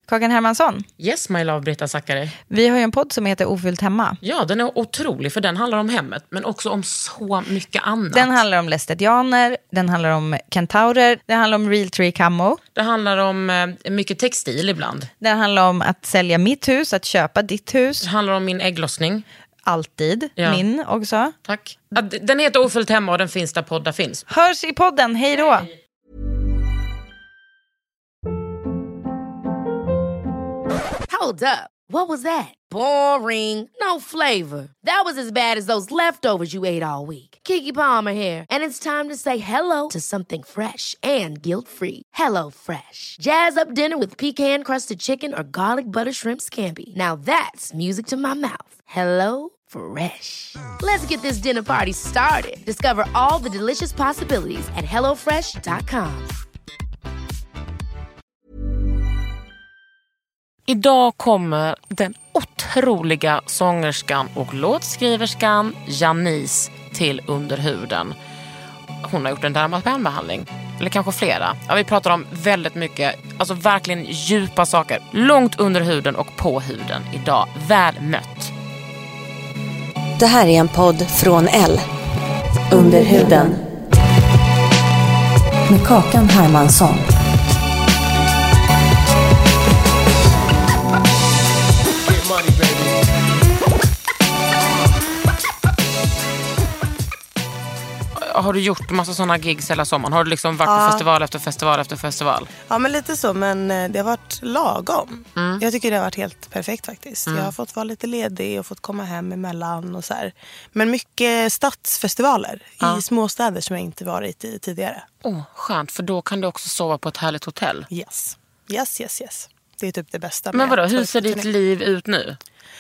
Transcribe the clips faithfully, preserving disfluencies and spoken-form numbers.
Kakan Hermansson. Yes, my love, Britta Zackari. Vi har ju en podd som heter Ofyllt hemma. Ja, den är otrolig för den handlar om hemmet, men också om så mycket annat. Den handlar om lästetianer, den handlar om kentaurer, den handlar om real tree camo. Det handlar om eh, mycket textil ibland. Den handlar om att sälja mitt hus, att köpa ditt hus. Det handlar om min ägglossning. Alltid, ja. Min också. Tack. Den heter Ofyllt hemma och den finns där poddar finns. Hörs i podden, hej då! Hej. Hold up. What was that? Boring. No flavor. That was as bad as those leftovers you ate all week. Keke Palmer here, and it's time to say hello to something fresh and guilt-free. Hello Fresh. Jazz up dinner with pecan-crusted chicken or garlic butter shrimp scampi. Now that's music to my mouth. Hello Fresh. Let's get this dinner party started. Discover all the delicious possibilities at hello fresh dot com. Idag kommer den otroliga sångerskan och låtskriverskan Janice till Underhuden. Hon har gjort en dermapenbehandling, eller kanske flera. Ja, vi pratar om väldigt mycket, alltså verkligen djupa saker. Långt under huden och på huden. Idag, väl mött. Det här är en podd från Elle. Underhuden. Med Kakan Hermansson. Har du gjort massa sådana gigs hela sommaren? Har du liksom varit ja. på festival efter festival efter festival? Ja, men lite så. Men det har varit lagom. Mm. Jag tycker det har varit helt perfekt faktiskt. Mm. Jag har fått vara lite ledig och fått komma hem emellan och så här. Men mycket stadsfestivaler ja. i småstäder som jag inte varit i tidigare. Åh, oh, skönt. För då kan du också sova på ett härligt hotell. Yes. Yes, yes, yes. Det är typ det bästa. Men vadå, hur ser ditt liv ut nu?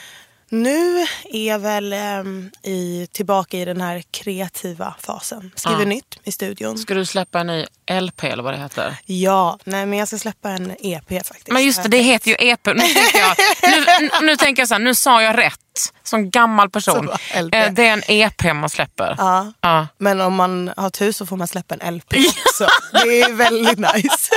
Nu är jag väl um, i, tillbaka i den här kreativa fasen. Skriver ja. nytt i studion. Ska du släppa en ny L P eller vad det heter? Ja, nej men jag ska släppa en E P faktiskt. Men just det, det heter ju E P. Nu tänker jag, nu, nu tänker jag så här, nu sa jag rätt. Som gammal person. Eh, det är en E P man släpper. Ja. ja, men om man har tur så får man släppa en L P också. Det är väldigt nice.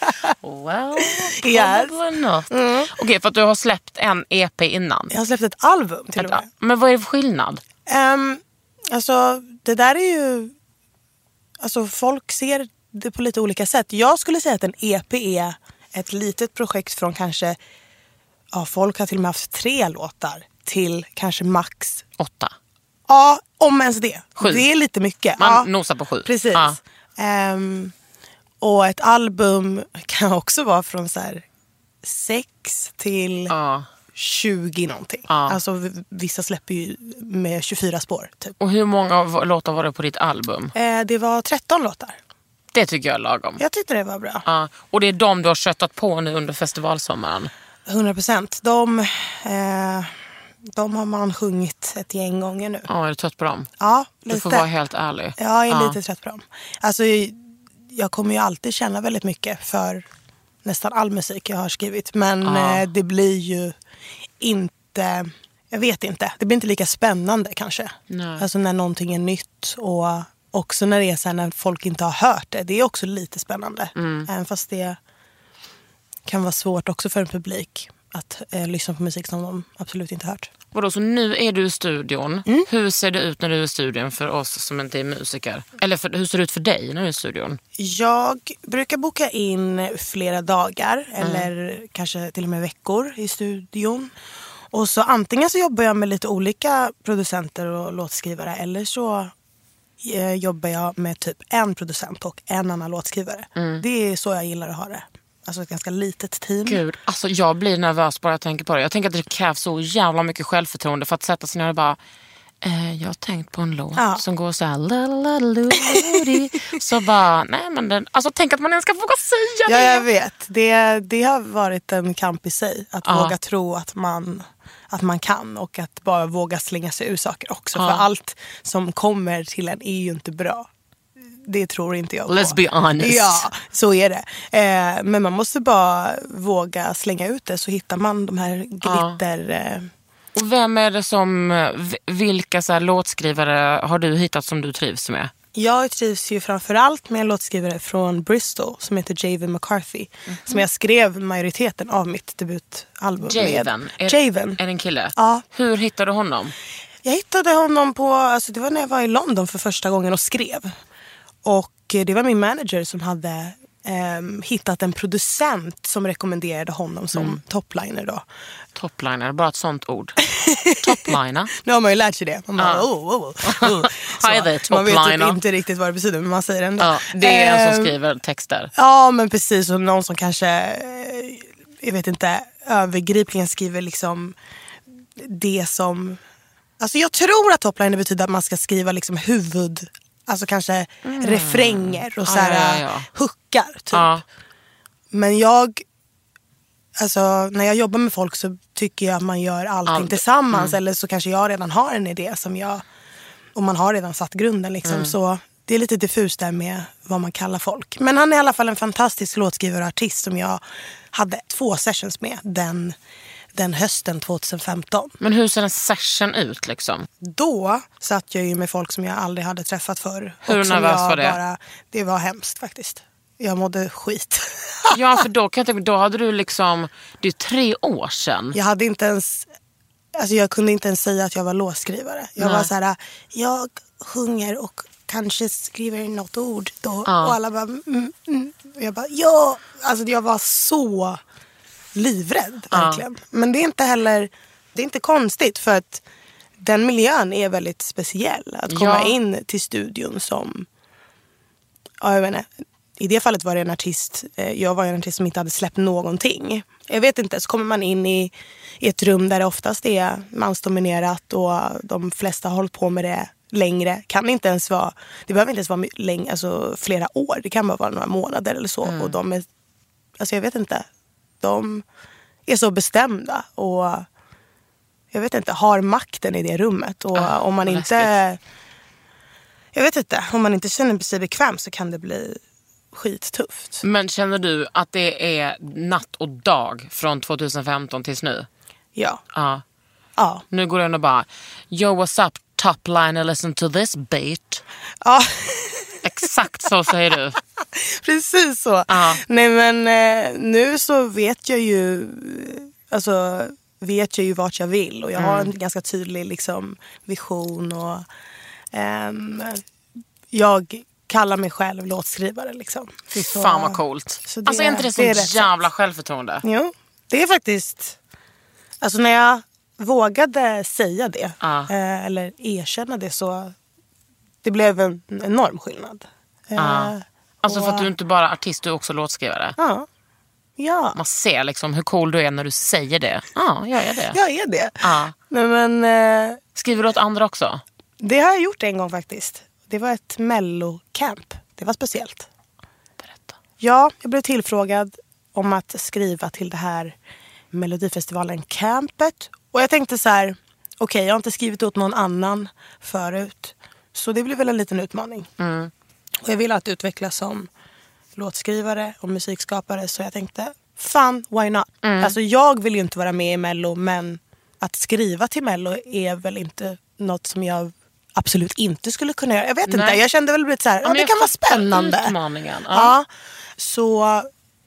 Well, yes. not. Mm. Okej, okay, för att du har släppt en E P innan. Jag har släppt ett album till och med. Men vad är det för skillnad? Um, alltså, det där är ju... Alltså, folk ser det på lite olika sätt. Jag skulle säga att en E P är ett litet projekt från kanske... Ja, folk har till och med haft tre låtar till kanske max... Åtta. Ja, om ens det. Sju. Det är lite mycket. Man ja, nosar på sju. Precis. Ja. Um, och ett album kan också vara från så här sex till ja. tjugo någonting. Ja. Alltså vissa släpper ju med tjugofyra spår. Typ. Och hur många låtar var det på ditt album? Uh, det var tretton låtar. Det tycker jag är lagom. Jag tyckte det var bra. Ja. Och det är de du har köttat på nu under festivalsommaren? hundra procent. De, eh, de har man sjungit ett gäng gånger nu. Ja, är du trött på dem? Ja, lite. Du får vara helt ärlig. Ja, jag är ja. lite trött på dem. Alltså, jag kommer ju alltid känna väldigt mycket för nästan all musik jag har skrivit. Men ja. eh, det blir ju inte... Jag vet inte. Det blir inte lika spännande kanske. Nej. Alltså när någonting är nytt och också när det är så här, när folk inte har hört det. Det är också lite spännande. Mm. Även fast det kan vara svårt också för en publik att eh, lyssna på musik som de absolut inte hört. Vadå, så nu är du i studion. Mm. Hur ser det ut när du är i studion för oss som inte är musiker? Eller för, hur ser det ut för dig när du är i studion? Jag brukar boka in flera dagar mm. eller kanske till och med veckor i studion. Och så antingen så jobbar jag med lite olika producenter och låtskrivare eller så eh, jobbar jag med typ en producent och en annan låtskrivare. Mm. Det är så jag gillar att ha det. Alltså ett ganska litet team. Gud, alltså jag blir nervös bara jag tänker på det. Jag tänker att det krävs så jävla mycket självförtroende för att sätta sig ner och bara eh, jag har tänkt på en låt ja. som går så här så bara, nej men den, alltså tänk att man ens ska våga säga det. Ja, jag vet. Det, det har varit en kamp i sig. Att ja. våga tro att man, att man kan och att bara våga slänga sig ur saker också. Ja. För allt som kommer till en är ju inte bra. Det tror inte jag på. Let's be honest. Ja, så är det. Eh, men man måste bara våga slänga ut det så hittar man de här glitter... Ja. Eh. Och vem är det som, vilka så här låtskrivare har du hittat som du trivs med? Jag trivs ju framförallt med en låtskrivare från Bristol som heter Javen McCarthy. Mm-hmm. Som jag skrev majoriteten av mitt debutalbum Javen? med. Är, Javen. Är det en kille? Ja. Hur hittade du honom? Jag hittade honom på, alltså det var när jag var i London för första gången och skrev. Och det var min manager som hade eh, hittat en producent som rekommenderade honom som mm. topliner då. Topliner, bara ett sånt ord. Topliner. Nu har man ju lärt sig det. Man bara, ah. oh, oh, oh. Hi there, man vet typ inte riktigt vad det betyder, men man säger det ändå. Ja, det är en som eh, skriver texter. Ja, men precis. Och någon som kanske, eh, jag vet inte, övergripligen skriver liksom det som... Alltså jag tror att topliner betyder att man ska skriva liksom huvud... Alltså kanske mm. refränger och så här, ah, ja, ja, ja. hookar typ. Ah. Men jag... Alltså när jag jobbar med folk så tycker jag att man gör allting Allt. tillsammans. Mm. Eller så kanske jag redan har en idé som jag... Och man har redan satt grunden liksom. Mm. Så det är lite diffust där med vad man kallar folk. Men han är i alla fall en fantastisk låtskrivare och artist som jag hade två sessions med den, den hösten tjugohundrafemton. Men hur ser en session ut liksom? Då satt jag ju med folk som jag aldrig hade träffat förr. Hur nervös var det? Bara, det var hemskt faktiskt. Jag mådde skit. Ja, för då, kan jag tänka, då hade du liksom... Det är tre år sedan. Jag hade inte ens... Alltså jag kunde inte ens säga att jag var låtskrivare. Jag Nej. var så här, jag sjunger och kanske skriver något ord då. Ja. Och alla bara, mm, mm. Och jag bara, ja. Alltså jag var så livrädd, verkligen. Ja. Men det är inte heller, det är inte konstigt för att den miljön är väldigt speciell. Att komma ja. in till studion som, ja jag vet inte. I det fallet var det en artist, jag var en artist som inte hade släppt någonting. Jag vet inte, så kommer man in i, i ett rum där det oftast är mansdominerat och de flesta har hållit på med det längre. Kan inte ens vara, det behöver inte ens vara länge, alltså flera år. Det kan bara vara några månader eller så. Mm. Och de är, alltså jag vet inte, de är så bestämda och jag vet inte, har makten i det rummet. Och ah, om man inte, läskigt. jag vet inte, om man inte känner sig bekväm så kan det bli skittufft. Men känner du att det är natt och dag från tjugohundrafemton tills nu? Ja. Ja. Ja. Nu går det in och bara, yo what's up top line, listen to this beat. Ja. Exakt så säger du. Precis så. Ja. Nej men eh, nu så vet jag ju, alltså vet jag ju vart jag vill och jag mm. har en ganska tydlig liksom vision och ehm, jag kallar mig själv låtskrivare liksom. Fy fan vad coolt. Det, alltså är inte det så det jävla rätt. Självförtroende? Jo, det är faktiskt... Alltså när jag vågade säga det ah. eh, eller erkänna det så det blev en enorm skillnad. Ah. Eh, alltså och, för att du inte bara är artist, du är också låtskrivare. Ja. Ja. Man ser liksom hur cool du är när du säger det. Ja, jag är det. Jag är det. Ah. Nej, men, eh, skriver du åt andra också? Det har jag gjort en gång faktiskt. Det var ett mellocamp. Det var speciellt. Berätta. Ja, jag blev tillfrågad om att skriva till det här Melodifestivalen-campet. Och jag tänkte så här, okej, okay, jag har inte skrivit åt någon annan förut. Så det blev väl en liten utmaning. Mm. Och jag ville att utvecklas som låtskrivare och musikskapare. Så jag tänkte, fan, why not? Mm. Alltså jag vill ju inte vara med i Mello, men att skriva till Mello är väl inte något som jag absolut inte skulle kunna göra. Jag vet Nej. inte, jag kände väl lite så här, ja, det kan vara spännande. Utmaningen. Ja. Ja, så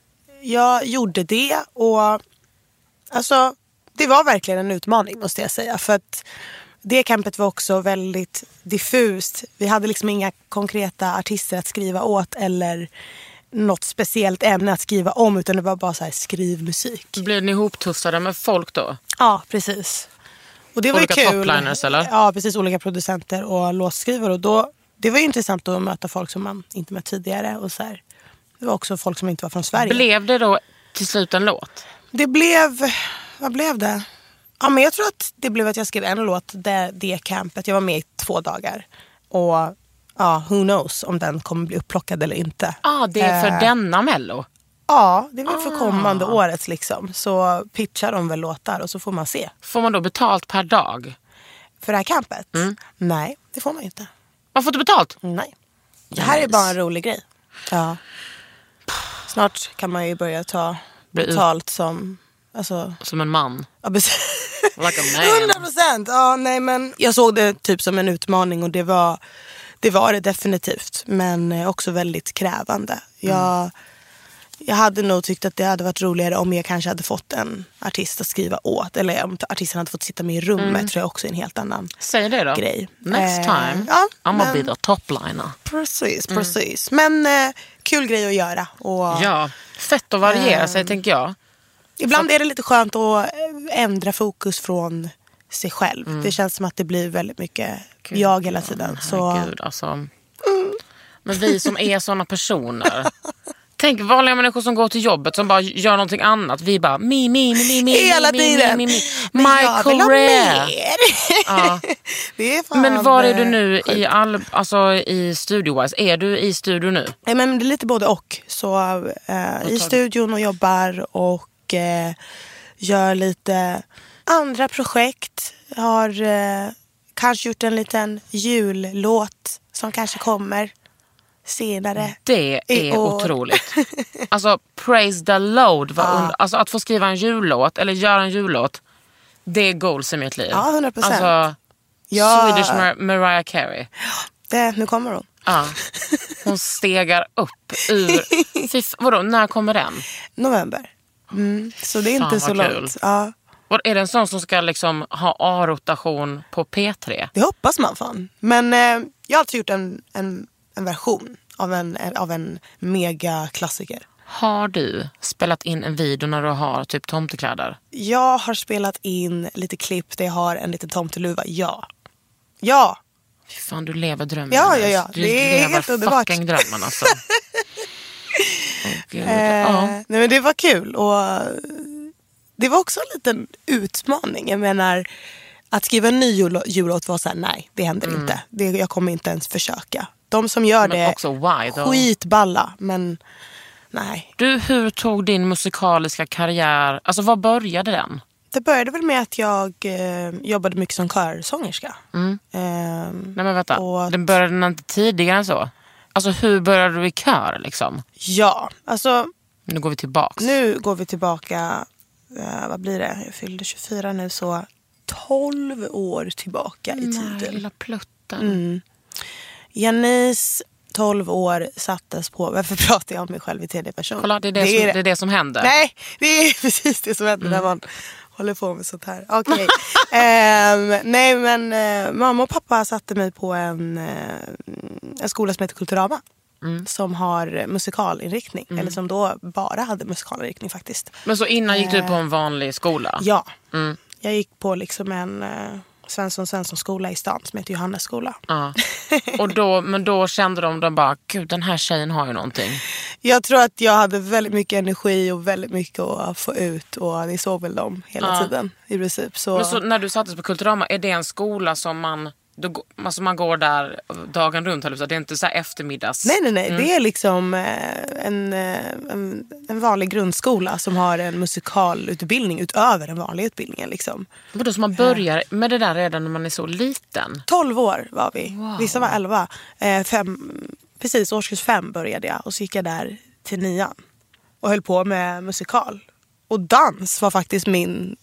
jag gjorde det och alltså det var verkligen en utmaning måste jag säga. För att det campet var också väldigt diffust. Vi hade liksom inga konkreta artister att skriva åt eller något speciellt ämne att skriva om, utan det var bara så här, skriv musik. Blev ni ihoptussade med folk då? Ja, precis. Och det var olika ju kul. Topliners eller? Ja, precis, olika producenter och låtskrivare. Och då, det var ju intressant att möta folk som man inte mött tidigare. Och så här. Det var också folk som inte var från Sverige. Blev det då till slut en låt? Det blev, vad blev det? Ja, men jag tror att det blev att jag skrev en låt, det, det campet. Jag var med i två dagar. Och ja, who knows om den kommer bli upplockad eller inte. Ja, ah, det är för eh, denna Mello? Ja, det är väl för kommande ah. året liksom. Så pitchar de väl låtar och så får man se. Får man då betalt per dag? För det här campet? Mm. Nej, det får man inte. Man får inte betalt? Nej. Det här yes. är bara en rolig grej. Ja. Snart kan man ju börja ta betalt som... Alltså, som en man? Ja, precis. Like a man. hundra procent! Ja, nej, men jag såg det typ som en utmaning och det var... Det var det definitivt, men också väldigt krävande. Jag, mm. jag hade nog tyckt att det hade varit roligare om jag kanske hade fått en artist att skriva åt. Eller om artisten hade fått sitta med i rummet, mm. tror jag också är en helt annan Säg det då. grej. Next time, eh, ja, I'm gonna be the topliner. Precis, precis. Mm. Men eh, kul grej att göra. Och, ja, fett att variera eh, sig tänker jag. Ibland är det lite skönt att ändra fokus från sig själv. Mm. Det känns som att det blir väldigt mycket Gud, jag hela tiden. Så... Gud, alltså. Mm. Men vi som är såna personer. Tänk vanliga människor som går till jobbet som bara gör någonting annat. Vi bara mi, mi, mi, mi, hela mi, tiden. Mi, mi, mi. Men My jag career. Ja. Det är fan, men var är du nu i, all, alltså, i studio-wise? Är du i studio nu? Ja, men det är lite både och. Så eh, i studion och jobbar och eh, gör lite andra projekt. Har eh, kanske gjort en liten jullåt som kanske kommer senare. Det är otroligt. Alltså praise the Lord. Ja. Under, alltså att få skriva en jullåt eller göra en jullåt, det är goals i mitt liv. Ja, hundra procent. Alltså ja. Swedish Mar- Mariah Carey. Det, nu kommer hon. Ja. Hon stegar upp ur... Fy, vadå, när kommer den? November. Mm. Så det är Fan, inte så kul. långt. Ja. Är det en sån som ska liksom ha A-rotation på P tre? Det hoppas man fan. Men eh, jag har alltid gjort en, en, en version av en, av en megaklassiker. Har du spelat in en video när du har typ tomtekläder? Jag har spelat in lite klipp där jag har en liten tomteluva. Ja. Ja. Fy fan, du lever drömmen. Ja, ja, ja. Du det är helt underbart. Fucking drömmen alltså. Oh, Gud. Eh, ja. Nej, men det var kul. Och det var också en liten utmaning. Jag menar, att skriva en ny jullåt var så här, nej, det händer mm. inte. Det, jag kommer inte ens försöka. De som gör men det, också why, då? Skitballa, men nej. Du, hur tog din musikaliska karriär, alltså vad började den? Det började väl med att jag eh, jobbade mycket som körsångerska. Mm. Eh, nej men vänta, och... den började inte tidigare än så? Alltså hur började du i kör liksom? Ja, alltså... Nu går vi tillbaka. Nu går vi tillbaka, eh, vad blir det? Jag fyllde tjugofyra nu, så tolv år tillbaka i tiden. Nej, lilla plutten. Mm. Janice, tolv år, sattes på... Varför pratar jag om mig själv i tredje person? Kolla, det är det, det, som, är... det är det som händer. Nej, det är precis det som händer mm. när man håller på med sånt här. Okej. Okay. um, nej, men uh, mamma och pappa satte mig på en, uh, en skola som heter Kulturama. Mm. Som har musikalinriktning. Mm. Eller som då bara hade musikalinriktning faktiskt. Men så innan gick du på en vanlig skola? Ja. Mm. Jag gick på liksom en... Uh, Svensson Svensson skola i stan som heter Johannes skola. Ja. Och då, men då kände de, de bara, gud den här tjejen har ju någonting. Jag tror att jag hade väldigt mycket energi och väldigt mycket att få ut. Och det såg väl de hela ja. tiden i princip. Så... Men så när du sattes på Kulturama, är det en skola som man... Då, alltså man går där dagen runt, eller det är inte så här eftermiddags. Nej, nej, nej. Mm. Det är liksom en, en, en vanlig grundskola som har en musikalutbildning utöver den vanliga utbildningen. Liksom. Vadå, så man börjar med det där redan när man är så liten? tolv år var vi. Wow. Vissa var elva. Eh, fem, precis, årskurs fem började jag. Och så gick jag där till nian. Och höll på med musikal. Och dans var faktiskt min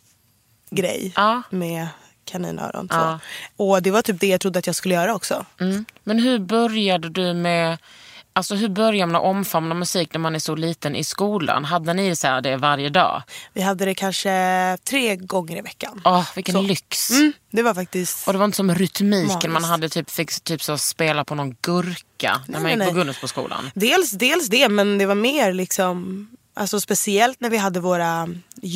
grej. Ja. Med... kaninöron. Ja. Och det var typ det jag trodde att jag skulle göra också. Mm. Men hur började du med... Alltså hur börjar man omfamna musik när man är så liten i skolan? Hade ni så här det varje dag? Vi hade det kanske tre gånger i veckan. Åh, oh, vilken så. lyx. Mm, det var faktiskt... Och det var inte som rytmiken magiskt. Man hade typ, fick typ så spela på någon gurka när nej, man gick nej. på Gunnus på skolan. Dels, dels det, men det var mer liksom... Alltså speciellt när vi hade våra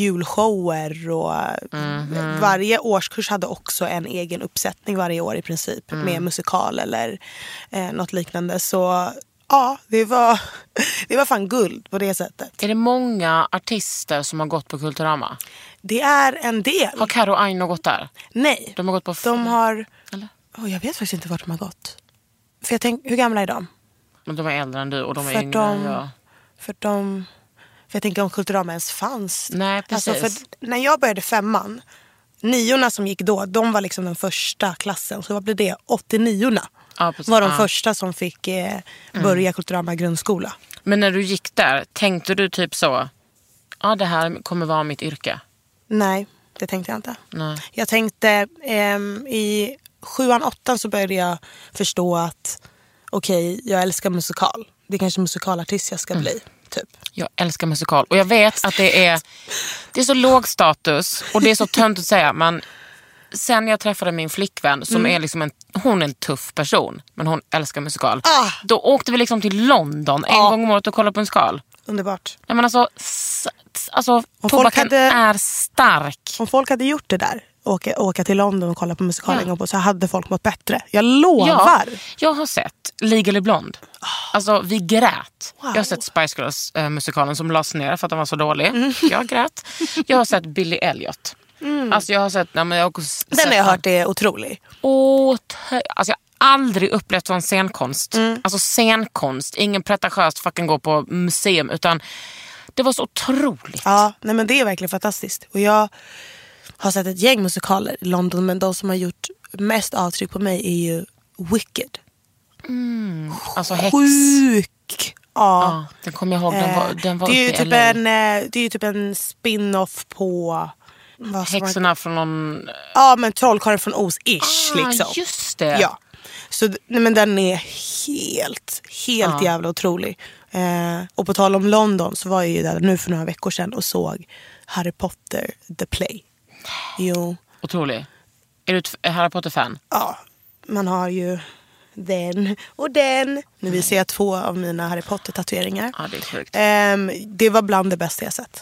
julshower och mm-hmm. varje årskurs hade också en egen uppsättning varje år i princip mm. med musikal eller eh, något liknande. Så ja, det var, det var fan guld på det sättet. Är det många artister som har gått på Kulturama? Det är en del. Har Karo och Aino gått där? Nej. De har gått på... F- de har... Eller? Oh, jag vet faktiskt inte vart de har gått. För jag tänk, hur gamla är de? Men de är äldre än du och de är för yngre de, än jag. För de... För jag tänker om Kulturama ens fanns. Nej, precis. Alltså för när jag började femman, niorna som gick då, de var liksom den första klassen. Så vad blev det? åttionio-orna ja, var de ja. första som fick eh, börja mm. Kulturama grundskola. Men när du gick där, tänkte du typ så, ja det här kommer vara mitt yrke? Nej, det tänkte jag inte. Nej. Jag tänkte eh, i sjuan, åttan så började jag förstå att okej, okay, jag älskar musikal. Det är kanske musikalartist jag ska bli, mm. typ. Jag älskar musikal. Och jag vet att det är, det är så låg status. Och det är så tönt att säga. Men sen jag träffade min flickvän som mm. är liksom en, hon är en tuff person. Men hon älskar musikal. Ah. Då åkte vi liksom till London en ah. gång om året och kollade på musikal. Underbart. Nej, men alltså, s- alltså tobaken hade, är stark. Om folk hade gjort det där, åka, åka till London och kolla på musikal en gång på, så hade folk mått bättre. Jag lovar. Ja, jag har sett Legally Blonde. Alltså vi grät. Wow. Jag har sett Spice Girls äh, musikalen som lades ner för att den var så dålig. Mm. Jag grät. Jag har sett Billy Elliot. Mm. Alltså jag har sett... Nej, men jag har sett den har jag hört är otrolig. Och t- alltså jag har aldrig upplevt sån scenkonst. Mm. Alltså scenkonst. Ingen pretentiöst fucking gå på museum. Utan det var så otroligt. Ja, nej men det är verkligen fantastiskt. Och jag har sett ett gäng musikaler i London. Men de som har gjort mest avtryck på mig är ju Wicked. Mm. Alltså häx. Sjuk. Ja. Ja, den kommer jag ihåg. Den var, den var det, är ju uppe i typ L A. en, det är ju typ en spin-off på... Häxorna man... från någon... Ja, men Trollkarlen från Oz-ish. Ah, liksom. Just det. Ja. Så nej, men den är helt, helt ah. jävla otrolig. Eh, och på tal om London så var jag ju där nu för några veckor sedan och såg Harry Potter The Play. Jo. Otrolig. Är du ett Harry Potter-fan? Ja, man har ju den och den. Nu visar jag två av mina Harry Potter-tatueringar. Ja, det är sjukt. Eh, det var bland det bästa jag sett.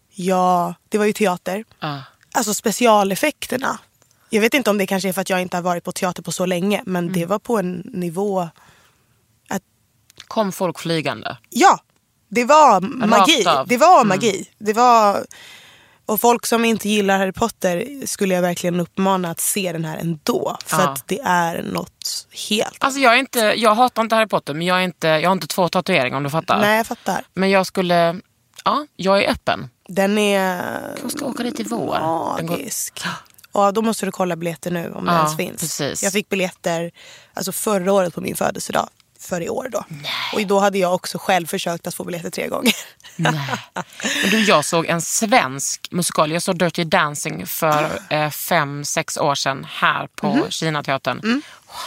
Ja, det var ju teater. Ah. Alltså specialeffekterna. Jag vet inte om det kanske är för att jag inte har varit på teater på så länge. Men mm. det var på en nivå... Att... Kom folk flygande? Ja, det var magi. Det var mm. magi. Det var... Och folk som inte gillar Harry Potter skulle jag verkligen uppmana att se den här ändå. För ja. att det är något helt... Alltså jag, är inte, jag hatar inte Harry Potter, men jag, är inte, jag har inte två tatueringar om du fattar. Nej, jag fattar. Men jag skulle... Ja, jag är öppen. Den är... Jag ska åka dit i vår. Magisk. Går... Och då måste du kolla biljetter nu om det ja, ens finns. Precis. Jag fick biljetter alltså förra året på min födelsedag. För i år då. Nej. Och då hade jag också själv försökt att få biljetter tre gånger. Nej. Men du, jag såg en svensk musikal. Jag såg Dirty Dancing för eh, fem, sex år sedan här på mm-hmm. Kinateatern. Mm.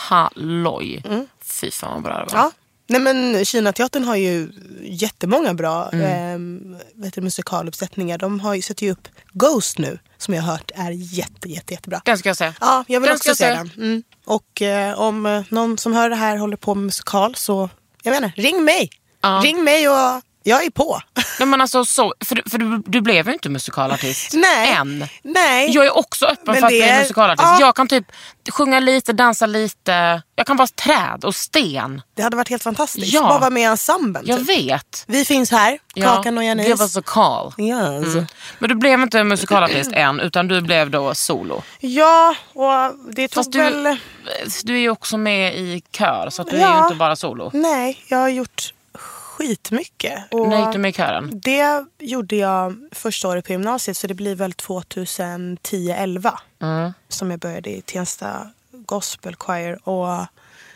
Halloj. Mm. Fy fan vad bra det var. Ja. Nej men Kinateatern har ju jättemånga bra mm. eh, vet du, musikaluppsättningar. De har ju sett ju upp Ghost nu, som jag har hört är jätte, jätte, jättebra. Den ska jag se. Ja, jag vill den också se den. Mm. Och eh, om eh, någon som hör det här håller på med musikal så, jag menar, ring mig. Ja. Ring mig och jag är på. Nej, men alltså, så, för för du, du blev ju inte musikalartist. Nej. Än. Nej. Jag är också öppen men för att bli är... musikalartist. Ja. Jag kan typ sjunga lite, dansa lite. Jag kan vara träd och sten. Det hade varit helt fantastiskt. Ja. Bara vara med i ensemblen. Jag typ. vet. Vi finns här. Ja. Kakan och Janice. Give us a call. Yes. Mm. Men du blev inte musikalartist än, utan du blev då solo. Ja, och det tog Fast du, väl... du är ju också med i kör, så att du ja. är ju inte bara solo. Nej, jag har gjort skitmycket. Och när gick du med i kören? Det gjorde jag första året på gymnasiet, så det blir väl tjugohundratio elva mm. som jag började i Tensta Gospel Choir. Och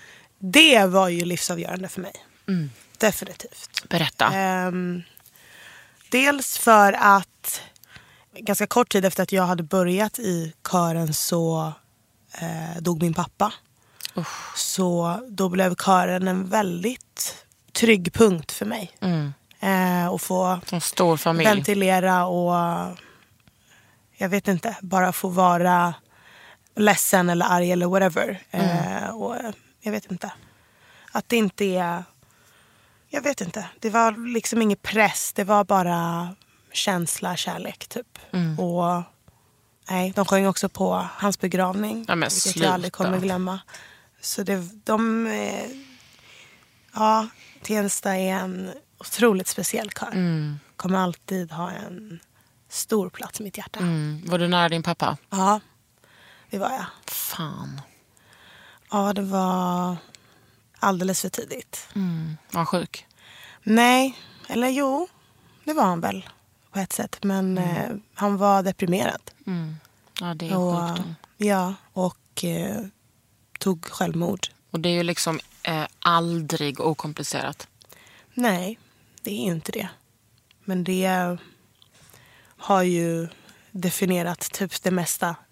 det var ju livsavgörande för mig. Mm. Definitivt. Berätta. Um, dels för att ganska kort tid efter att jag hade börjat i kören så eh, dog min pappa. Usch. Så då blev kören en väldigt trygg punkt för mig. Mm. Eh, och få en stor familj. Ventilera och jag vet inte, bara få vara ledsen eller arg eller whatever. Mm. Eh, och jag vet inte. Att det inte är... Jag vet inte. Det var liksom ingen press. Det var bara känsla, kärlek typ. Mm. Och nej, de sjöng också på hans begravning. Ja, men vilket sluta. jag aldrig kommer glömma. Så det, de... Eh, ja, Tensta är en otroligt speciell kör. Mm. Kommer alltid ha en stor plats i mitt hjärta. Mm. Var du nära din pappa? Ja, det var jag. Fan. Ja, det var alldeles för tidigt. Mm. Var han sjuk? Nej, eller jo, det var han väl på ett sätt. Men mm. eh, han var deprimerad. Mm. Ja, det är och, sjukdom. Ja, och eh, tog självmord. Och det är ju liksom eh, aldrig okomplicerat. Nej, det är inte det. Men det har ju definierat typ det mesta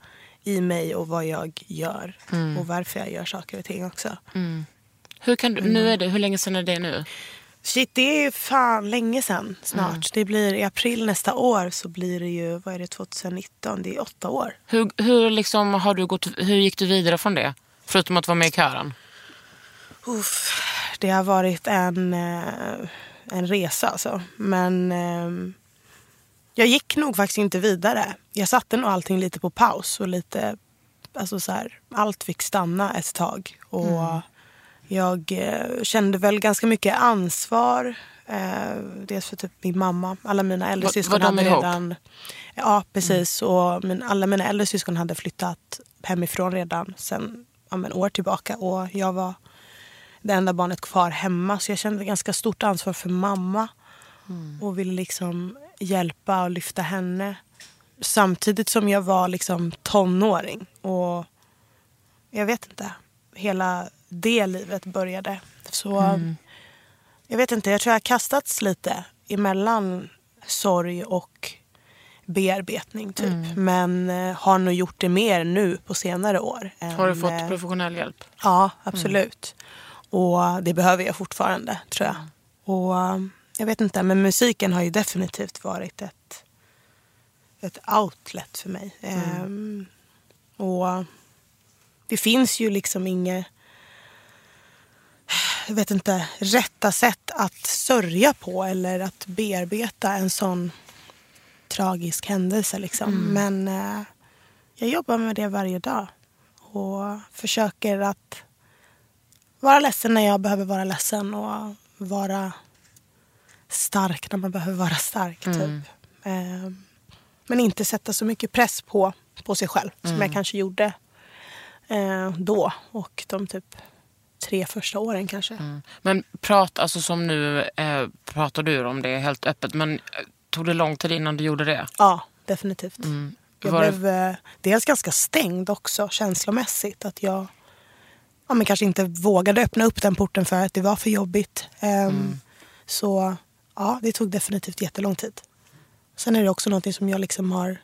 i mig och vad jag gör. Mm. Och varför jag gör saker och ting också. Mm. Hur, kan du, nu är det, hur länge sedan är det nu? Shit, det är fan länge sedan snart. Mm. Det blir i april nästa år så blir det ju, vad är det, tjugonitton? Det är åtta år. Hur, hur, liksom har du gått, hur gick du vidare från det? Förutom att vara med i kören? Uff, det har varit en, en resa alltså. Men eh, jag gick nog faktiskt inte vidare. Jag satte nog allting lite på paus och lite, alltså så här, allt fick stanna ett tag. Och mm. jag eh, kände väl ganska mycket ansvar. Eh, dels för typ min mamma. Alla mina äldre Va, syskon hade redan... Ja, precis. Mm. Och min, alla mina äldre syskon hade flyttat hemifrån redan sen ja, men, år tillbaka. Och jag var det enda barnet kvar hemma. Så jag kände ganska stort ansvar för mamma. Mm. Och ville liksom hjälpa och lyfta henne. Samtidigt som jag var liksom tonåring. Och jag vet inte. Hela det livet började. Så mm. jag vet inte. Jag tror jag har kastats lite emellan sorg och bearbetning typ. Mm. Men eh, har nog gjort det mer nu på senare år. Än, har du fått professionell hjälp? Ja, absolut. Mm. Och det behöver jag fortfarande, tror jag. Mm. Och jag vet inte, men musiken har ju definitivt varit ett, ett outlet för mig. Mm. Ehm, och det finns ju liksom inget, jag vet inte, rätta sätt att sörja på eller att bearbeta en sån tragisk händelse liksom. Mm. Men eh, jag jobbar med det varje dag och försöker att vara ledsen när jag behöver vara ledsen och vara stark när man behöver vara stark mm. typ. Eh, men inte sätta så mycket press på, på sig själv mm. som jag kanske gjorde eh, då och de typ tre första åren kanske. Mm. Men prat, alltså som nu eh, pratar du om det helt öppet, men tog det lång tid innan du gjorde det? Ja, definitivt. Mm. Jag Var blev det... eh, dels ganska stängd också känslomässigt. Att jag ja, men kanske inte vågade öppna upp den porten för att det var för jobbigt. Um, mm. Så ja, det tog definitivt jättelång tid. Sen är det också någonting som jag liksom har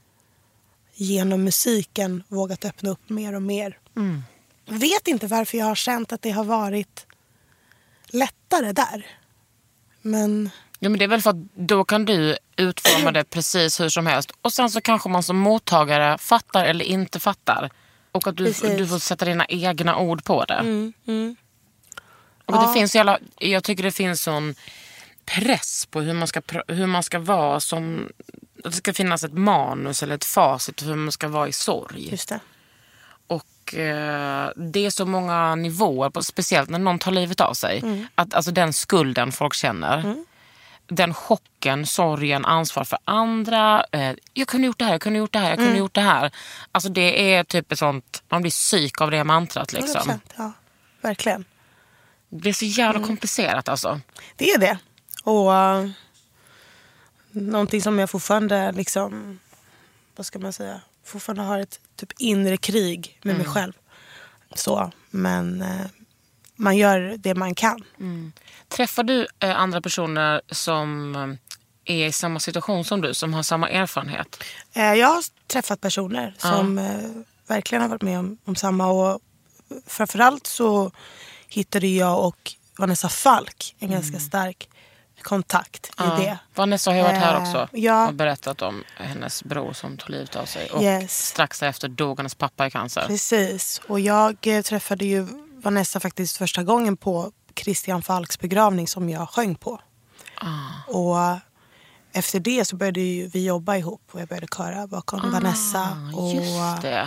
genom musiken vågat öppna upp mer och mer. Mm. Jag vet inte varför jag har känt att det har varit lättare där. Men... Ja, men det är väl för att då kan du utforma det precis hur som helst. Och sen så kanske man som mottagare fattar eller inte fattar. Och att du, du får sätta dina egna ord på det. Mm, mm. Och ja. det finns jävla, jag tycker det finns sån press på hur man ska, hur man ska vara som... Att det ska finnas ett manus eller ett facit hur man ska vara i sorg. Just det. Och eh, det är så många nivåer, på, speciellt när någon tar livet av sig. Mm. Att, alltså den skulden folk känner. Mm. Den chocken, sorgen, ansvar för andra. Eh, jag kunde gjort det här, jag kunde gjort det här, jag kunde mm. gjort det här. Alltså det är typ ett sånt, man blir psyk av det mantrat liksom. hundra procent, ja, verkligen. Det är så jävla mm. komplicerat alltså. Det är det. Och uh, någonting som jag fortfarande liksom, vad ska man säga, fortfarande har ett typ inre krig med mm. mig själv. Så, men uh, man gör det man kan. Mm. Träffar du eh, andra personer som eh, är i samma situation som du, som har samma erfarenhet? Eh, jag har träffat personer ja. som eh, verkligen har varit med om, om samma. Och framförallt så hittade jag och Vanessa Falk en mm. ganska stark kontakt ja. i det. Vanessa har ju varit här också eh, ja. och berättat om hennes bror som tog livet av sig. Och yes. strax efter dog hennes pappa i cancer. Precis. Och jag eh, träffade ju Vanessa faktiskt första gången på Christian Falks begravning som jag sjöng på. Ah. Och efter det så började vi jobba ihop och jag började köra bakom ah, Vanessa. Och, just det.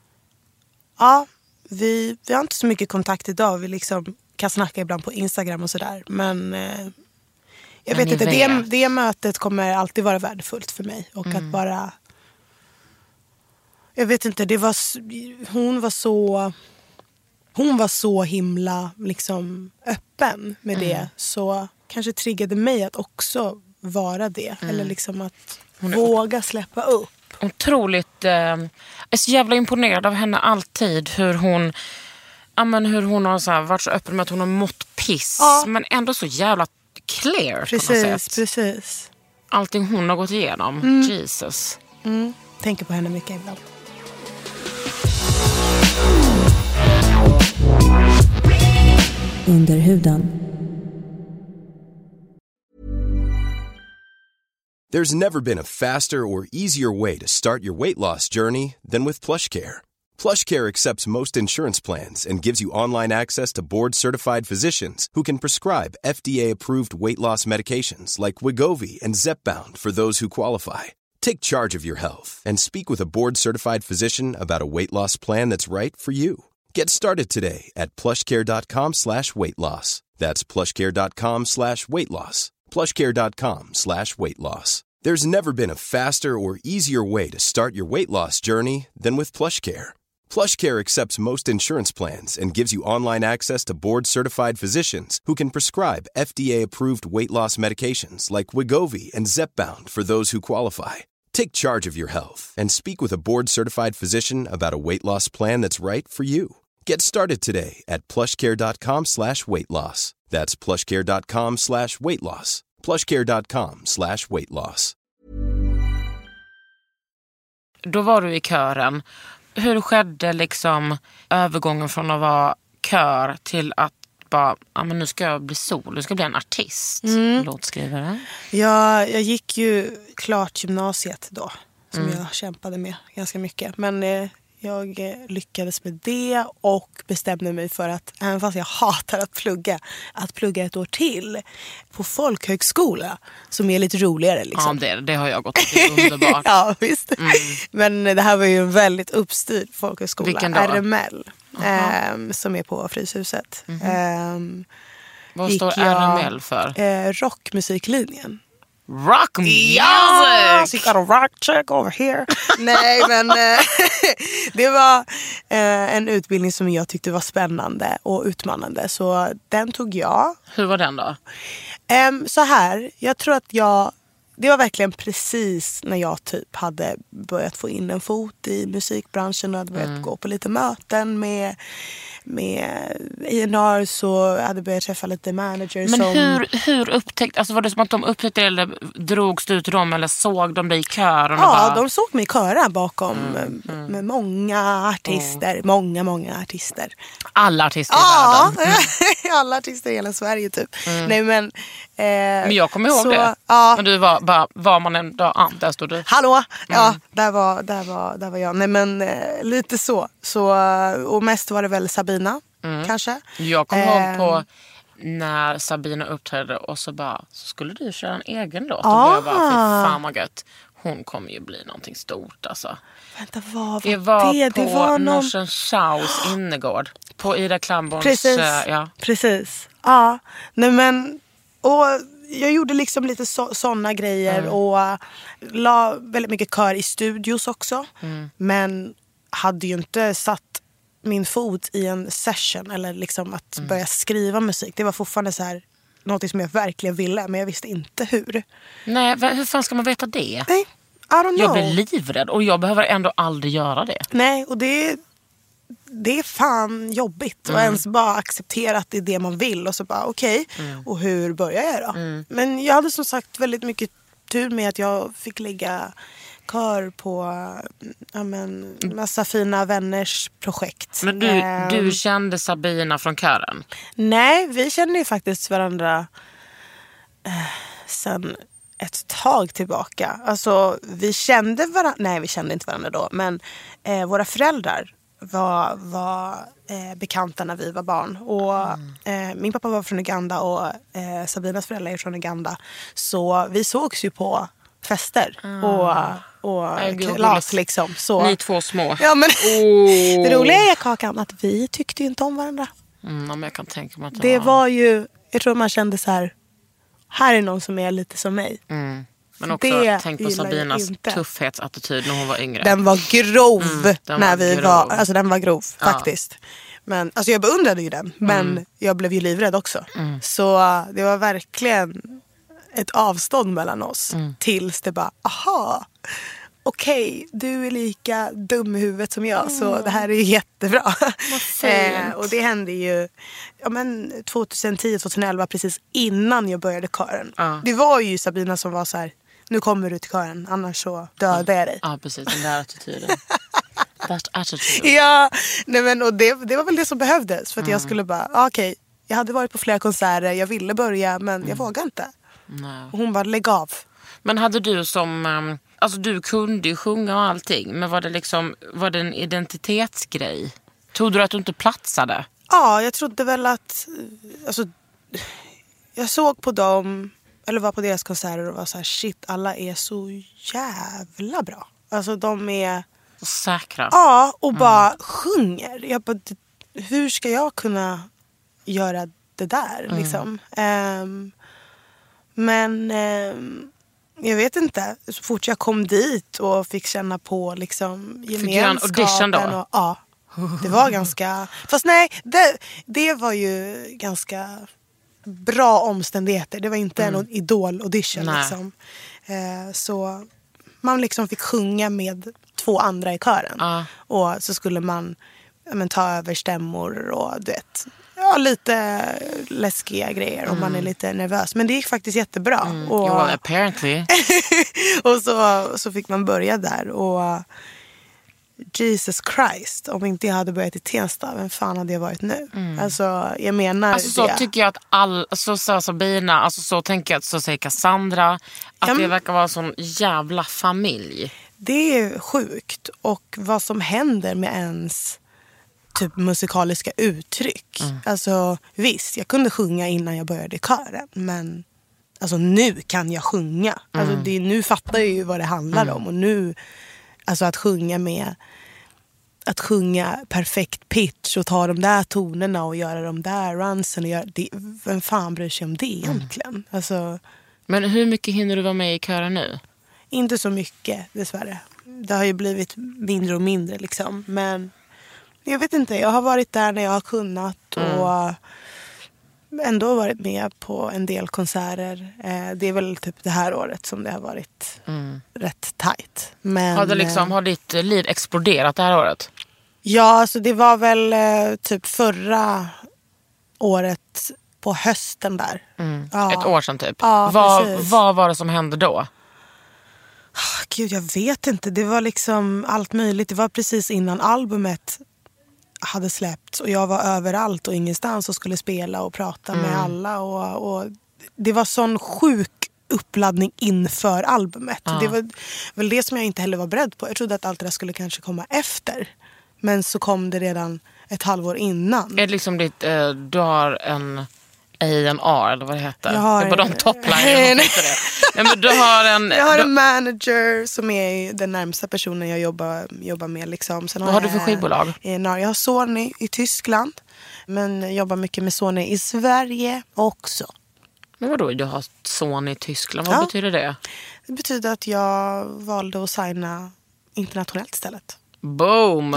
Ja, vi, vi har inte så mycket kontakt idag. Vi liksom kan snacka ibland på Instagram och sådär. Men eh, jag Men vet inte, vet. Det, det mötet kommer alltid vara värdefullt för mig. Och mm. att bara... Jag vet inte, det var... Hon var så... Hon var så himla liksom öppen med mm. det. Så kanske triggade mig att också vara det. Mm. Eller liksom att våga släppa upp. Otroligt. Eh, jag är så jävla imponerad av henne alltid. Hur hon, ja, men hur hon har så här, varit så öppen med att hon har mått piss. Ja. Men ändå så jävla clear. Precis, på något sätt. precis. Allting hon har gått igenom. Mm. Jesus. Mm. Tänker på henne mycket ibland. Under huden. There's never been a faster or easier way to start your weight loss journey than with PlushCare. PlushCare accepts most insurance plans and gives you online access to board-certified physicians who can prescribe F D A-approved weight loss medications like Wegovy and Zepbound for those who qualify. Take charge of your health and speak with a board-certified physician about a weight loss plan that's right for you. Get started today at plushcare.com slash weight loss. That's plushcare.com slash weight loss. plushcare.com slash weight loss. There's never been a faster or easier way to start your weight loss journey than with PlushCare. PlushCare accepts most insurance plans and gives you online access to board-certified physicians who can prescribe F D A-approved weight loss medications like Wegovy and Zepbound for those who qualify. Take charge of your health and speak with a board-certified physician about a weight loss plan that's right for you. Get started today at plushcare.com slash weight loss. That's plushcare.com slash weight loss. plushcare.com slash weight loss. Då var du i kören. Hur skedde liksom övergången från att vara kör till att bara, ja men nu ska jag bli sol, nu ska jag bli en artist, mm. låtskrivare? Ja, jag gick ju klart gymnasiet då, som mm. jag kämpade med ganska mycket. Men eh, jag lyckades med det och bestämde mig för att, även fast jag hatar att plugga, att plugga ett år till på folkhögskola som är lite roligare. Liksom. Ja, det, det har jag gått till, underbart. Ja, visst. Mm. Men det här var ju en väldigt uppstyrd folkhögskola. Vilken då? R M L, eh, som är på Fryshuset. Mm-hmm. Eh, Vad står jag, R M L för? Eh, rockmusiklinjen. Rock music! Yes, you got a rock check over here. Nej, men eh, det var eh, en utbildning som jag tyckte var spännande och utmanande. Så den tog jag. Hur var den då? Eh, så här, jag tror att jag... Det var verkligen precis när jag typ hade börjat få in en fot i musikbranschen och hade börjat mm. gå på lite möten med... med I N R, så hade börjat träffa lite managers. Men som... hur, hur upptäckte, alltså var det som att de upptäckte eller drogs du ut dem eller såg de dig i kören? Ja, bara... de såg mig i kören bakom mm, mm. med många artister, mm. många, många artister. Alla artister ja, i världen. Mm. Alla artister i hela Sverige typ. Mm. Nej, men, eh, men jag kommer ihåg så, det. Ja. Men du var bara, var man en dag, ah, där stod du. Hallå, mm. ja, där var, där, var, där var jag. Nej, men eh, lite så. så. Och mest var det väl Sabina. Mm. Kanske. Jag kommer ihåg eh, på när Sabina uppträdde och så bara, så skulle du köra en egen låt. Ah. Och jag bara, fy fan vad gött. Hon kommer ju bli någonting stort alltså. Vänta, vad var det? Var det? på det var någon... Norsen Schaus innergård. På Ida Klamborns... Precis, äh, ja. precis. Ja, nej men... Och jag gjorde liksom lite så, såna grejer mm. och uh, la väldigt mycket kör i studios också. Mm. Men hade ju inte satt min fot i en session eller liksom att mm. börja skriva musik. Det var fortfarande så här något som jag verkligen ville, men jag visste inte hur. Nej, hur fan ska man veta det? Nej, I don't know. Jag blir livrädd och jag behöver ändå aldrig göra det. Nej, och det, det är fan jobbigt mm. att ens bara acceptera att det är det man vill och så bara okej, okay, mm. och hur börjar jag då? Mm. Men jag hade som sagt väldigt mycket tur med att jag fick lägga kör på ja, men, massa fina vänners projekt. Men du, um, du kände Sabina från kören? Nej, vi kände ju faktiskt varandra eh, sen ett tag tillbaka. Alltså, vi kände varandra, nej vi kände inte varandra då, men eh, våra föräldrar var, var eh, bekanta när vi var barn. Och mm. eh, min pappa var från Uganda och eh, Sabinas föräldrar är från Uganda. Så vi sågs ju på fester mm. och, och kalas liksom. Så. Ni två små. Ja, men oh. Det roliga är, Kakan, att vi tyckte ju inte om varandra. Mm, men jag kan tänka mig att det, det var... var ju, jag tror man kände så här, här är någon som är lite som mig. Mm. Men också det tänk på Sabinas tuffhetsattityd när hon var yngre. Den var grov mm, den när var vi grov. var, alltså den var grov ja. faktiskt. Men alltså jag beundrade ju den, men mm. jag blev ju livrädd också. Mm. Så det var verkligen ett avstånd mellan oss mm. tills det bara, aha, okej, okay, du är lika dum i huvudet som jag, mm. så det här är jättebra. eh, och det hände ju ja, men tjugohundratio tjugoelva, precis innan jag började kören. Uh. Det var ju Sabina som var så här, nu kommer du till kören, annars så dödar jag dig. Ja, precis, den där attityden. That attitude. Ja, nej men, och det, det var väl det som behövdes. För att mm. jag skulle bara, ah, okej, okay, jag hade varit på flera konserter, jag ville börja men mm. jag vågade inte. Nej. Och hon bara, lägg av. Men hade du som, um, alltså du kunde ju sjunga och allting, men var det liksom, var det en identitetsgrej? Trodde du att du inte platsade? Ja, jag trodde väl att, alltså, jag såg på dem, eller var på deras konserter och var så här, shit, alla är så jävla bra. Alltså de är... Så säkra. Ja, och bara mm. sjunger. Jag bara, hur ska jag kunna göra det där mm. liksom? Um, men um, jag vet inte. Så fort jag kom dit och fick känna på liksom gemenskapen. Fick du en audition då? Och, ja, det var ganska... Fast nej, det, det var ju ganska bra omständigheter. Det var inte mm. en idol-audition liksom. Uh, så man liksom fick sjunga med två andra i kören. Uh. Och så skulle man men, ta över stämmor och du vet... Ja, lite läskiga grejer om mm. man är lite nervös. Men det gick faktiskt jättebra. Mm. Och, well, apparently. och så, så fick man börja där. Och Jesus Christ, om inte jag hade börjat i Tensta, vem fan hade jag varit nu? Mm. Alltså, jag menar alltså, så det. tycker jag att all, så sa Sabina, alltså så tänker jag att så säger Cassandra, att ja, det verkar vara en sån jävla familj. Det är sjukt. Och vad som händer med ens typ musikaliska uttryck. Mm. Alltså visst, jag kunde sjunga innan jag började i kören, men alltså nu kan jag sjunga. Mm. Alltså det, nu fattar jag ju vad det handlar mm. om, och nu alltså att sjunga med att sjunga perfekt pitch och ta de där tonerna och göra de där runsen och göra det, vem fan bryr sig om det egentligen? Mm. Alltså, men hur mycket hinner du vara med i kören nu? Inte så mycket, dessvärre. Det har ju blivit mindre och mindre liksom, men jag vet inte, jag har varit där när jag har kunnat och mm. ändå varit med på en del konserter. Eh, det är väl typ det här året som det har varit mm. rätt tajt. Men, har, det liksom, har ditt liv exploderat det här året? Ja, alltså det var väl eh, typ förra året på hösten där. Mm. Ja. Ett år sedan typ. Ja, vad, vad var det som hände då? Gud, jag vet inte. Det var liksom allt möjligt. Det var precis innan albumet hade släppts och jag var överallt och ingenstans och skulle spela och prata mm. med alla och, och det var sån sjuk uppladdning inför albumet. Ja. Det var väl det som jag inte heller var beredd på. Jag trodde att allt det där skulle kanske komma efter, men så kom det redan ett halvår innan. Är det liksom ditt, eh, du har en A and R eller vad det heter? Jag har det var de topline. Nej, men du har en, jag har du... en manager som är den närmsta personen jag jobbar, jobbar med. Liksom. Sen vad har, har du för skivbolag? Jag har Sony i Tyskland, men jag jobbar mycket med Sony i Sverige också. Men vadå, du har Sony i Tyskland? Vad ja. betyder det? Det betyder att jag valde att signa internationellt istället. Boom!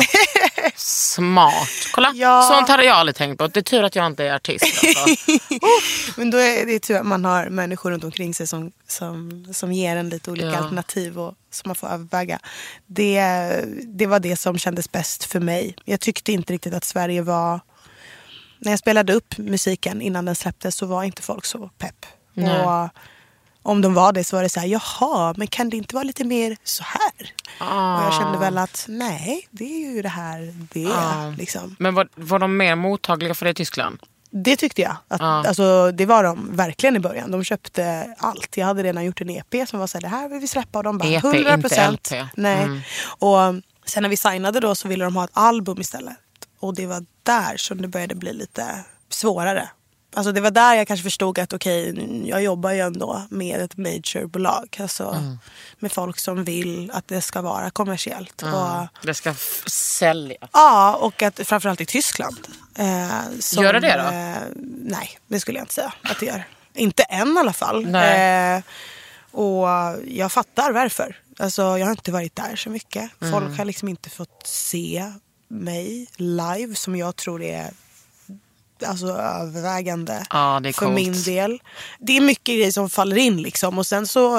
Smart. Kolla, ja. Sånt hade jag aldrig tänkt på. Det är tur att jag inte är artist. Alltså. Men då är det tur att man har människor runt omkring sig som, som, som ger en lite olika ja. alternativ och som man får överväga. Det, det var det som kändes bäst för mig. Jag tyckte inte riktigt att Sverige var... När jag spelade upp musiken innan den släpptes så var inte folk så pepp. Nej. Och om de var det så var det så här, jaha, men kan det inte vara lite mer så här? Ah. Och jag kände väl att nej, det är ju det här det är. Ah. Liksom. Men var, var de mer mottagliga för det i Tyskland? Det tyckte jag. Att, ah. alltså, det var de verkligen i början. De köpte allt. Jag hade redan gjort en E P som var så här, det här vill vi släppa. Och de bara, E P, hundra procent. Inte L P. Nej. Mm. Och sen när vi signade då så ville de ha ett album istället. Och det var där som det började bli lite svårare. Alltså det var där jag kanske förstod att okej, okay, jag jobbar ju ändå med ett majorbolag. Alltså mm. med folk som vill att det ska vara kommersiellt. Mm. Och, det ska f- sälja. Ja, och att framförallt i Tyskland. Eh, som, gör det det då? Eh, nej, det skulle jag inte säga att det gör. Inte än i alla fall. Nej. Eh, och jag fattar varför. Alltså jag har inte varit där så mycket. Mm. Folk har liksom inte fått se mig live som jag tror är... alltså övervägande ja, det är för coolt. Min del. Det är mycket grejer som faller in liksom, och sen så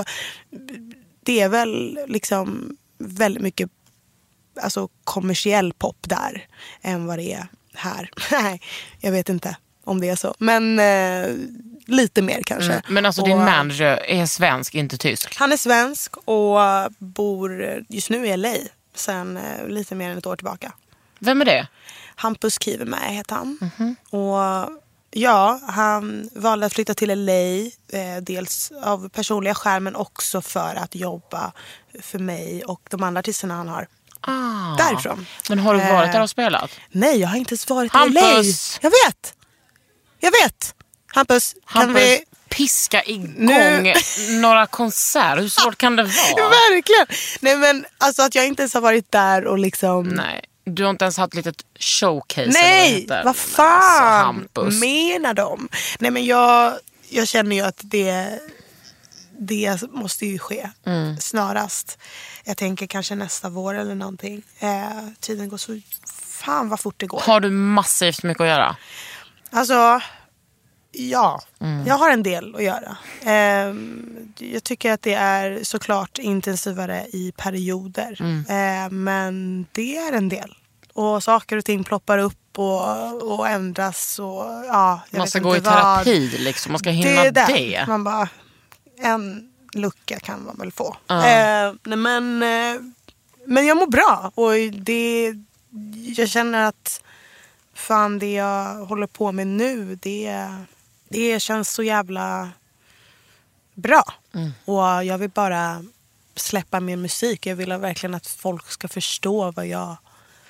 det är väl liksom väldigt mycket alltså kommersiell pop där än vad det är här. Nej, jag vet inte om det är så, men eh, lite mer kanske. Mm. Men alltså och, din manager är svensk, inte tysk? Han är svensk och bor just nu i L A. sen eh, lite mer än ett år tillbaka. Vem är det? Hampus Kivemäe heter han. Mm-hmm. Och ja, han valde att flytta till L A. Eh, dels av personliga skäl men också för att jobba för mig och de andra artisterna han har. Ah. Därifrån. Men har du varit där och spelat? Nej, jag har inte ens varit Hampus. i L A. Jag vet. Jag vet. Hampus, kan Hampus, vi... piska igång Nu. några konserter. Hur svårt kan det vara? Verkligen. Nej, men alltså att jag inte ens har varit där och liksom... Nej, du har inte ens haft ett litet showcase. Nej, eller vad, vad fan Hampus. menar de? Nej, men jag, jag känner ju att det, det måste ju ske Mm. snarast. Jag tänker kanske nästa vår eller någonting. Eh, tiden går så... Fan vad fort det går. Har du massivt mycket att göra? Alltså, ja. Mm. Jag har en del att göra. Eh, jag tycker att det är såklart intensivare i perioder. Mm. Eh, men det är en del. Och saker och ting ploppar upp och, och ändras. Och, ja, jag Man vet ska inte gå i vad. terapi liksom. Man ska hinna det. det. Är det. Man bara, en lucka kan man väl få. Ja. Eh, nej, men, eh, men jag mår bra. Och det, jag känner att fan det jag håller på med nu, det, det känns så jävla bra. Mm. Och jag vill bara släppa mer musik. Jag vill verkligen att folk ska förstå vad jag...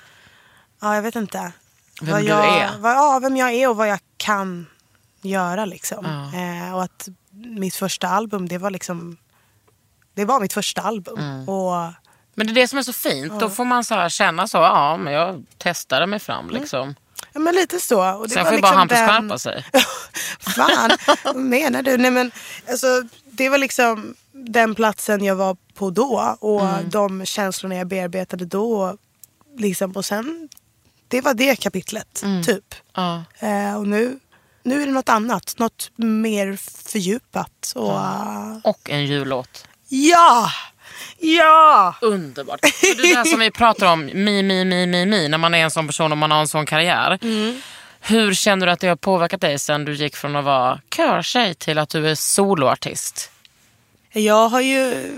Ja, jag vet inte. Vem vad du jag, är. Vad, ja, vem jag är och vad jag kan göra liksom. Ja. Eh, och att mitt första album, det var liksom... Det var mitt första album. Mm. Och... Men det är det som är så fint. Då får man så här känna så, ja men jag testade mig fram liksom. Ja, men lite så. Och det Sen var får ju bara liksom Hampus den... skärpa sig. Fan, vad menar du? Nej, men, alltså, det var liksom den platsen jag var på då. Och Mm. de känslorna jag bearbetade då. Liksom, och sen, det var det kapitlet, Mm. typ. Ja. Eh, och nu, nu är det något annat. Något mer fördjupat. Och, ja! Och en jullåt. Ja! Ja! Underbart. Och det är det här som vi pratar om, mi, mi, mi, mi, mi, när man är en sån person och man har en sån karriär. Mm. Hur känner du att det har påverkat dig sen du gick från att vara körtjej till att du är soloartist? Jag har ju...